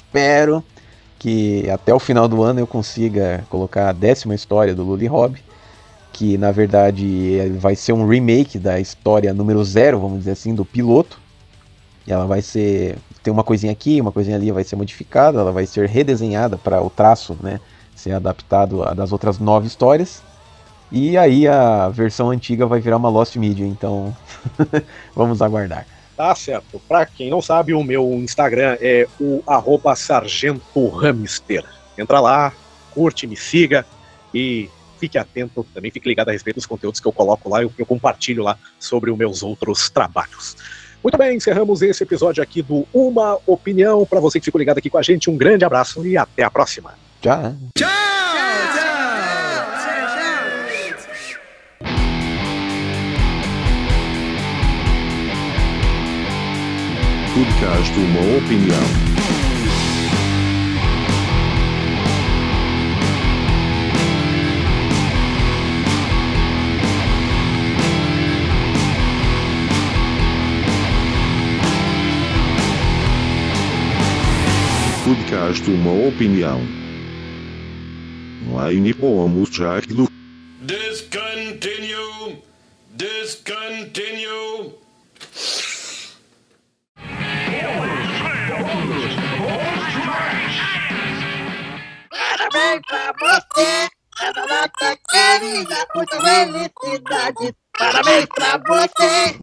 Speaker 5: que até o final do ano eu consiga colocar a 10ª história do Lula e Rob, que na verdade vai ser um remake da história número 0, vamos dizer assim, do piloto. E ela vai ser, tem uma coisinha aqui, uma coisinha ali, vai ser modificada, ela vai ser redesenhada para o traço, né, ser adaptado a das outras 9 histórias. E aí a versão antiga vai virar uma Lost Media, então vamos aguardar.
Speaker 6: Tá certo. Pra quem não sabe, o meu Instagram é o @sargentohamster. Entra lá, curte, me siga e fique atento, também fique ligado a respeito dos conteúdos que eu coloco lá, eu compartilho lá sobre os meus outros trabalhos. Muito bem, encerramos esse episódio aqui do Uma Opinião. Para você que ficou ligado aqui com a gente, um grande abraço e até a próxima.
Speaker 5: Tchau.
Speaker 15: Tchau.
Speaker 3: Podcast Uma Opinião. Podcast Uma Opinião. Line pomos Jacklo.
Speaker 15: Discontinue.
Speaker 2: Parabéns pra você, essa data querida, muita felicidade. Parabéns pra você.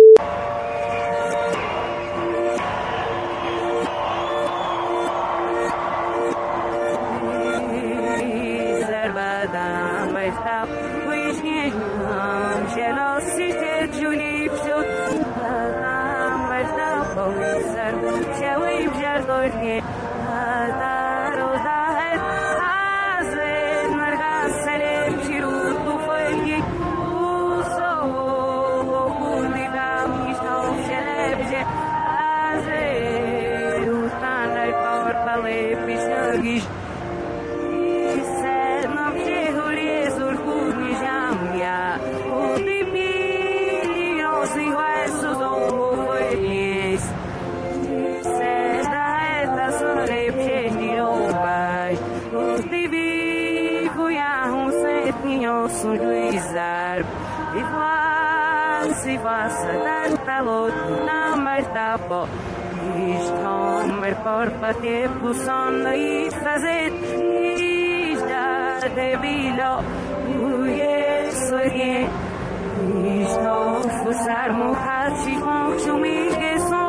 Speaker 10: Si vas a dar talot, na mais da bo. Isto mer por pater puson e fazer isto de bilo. Uye soye. Isto fusar mohat si com chumi que son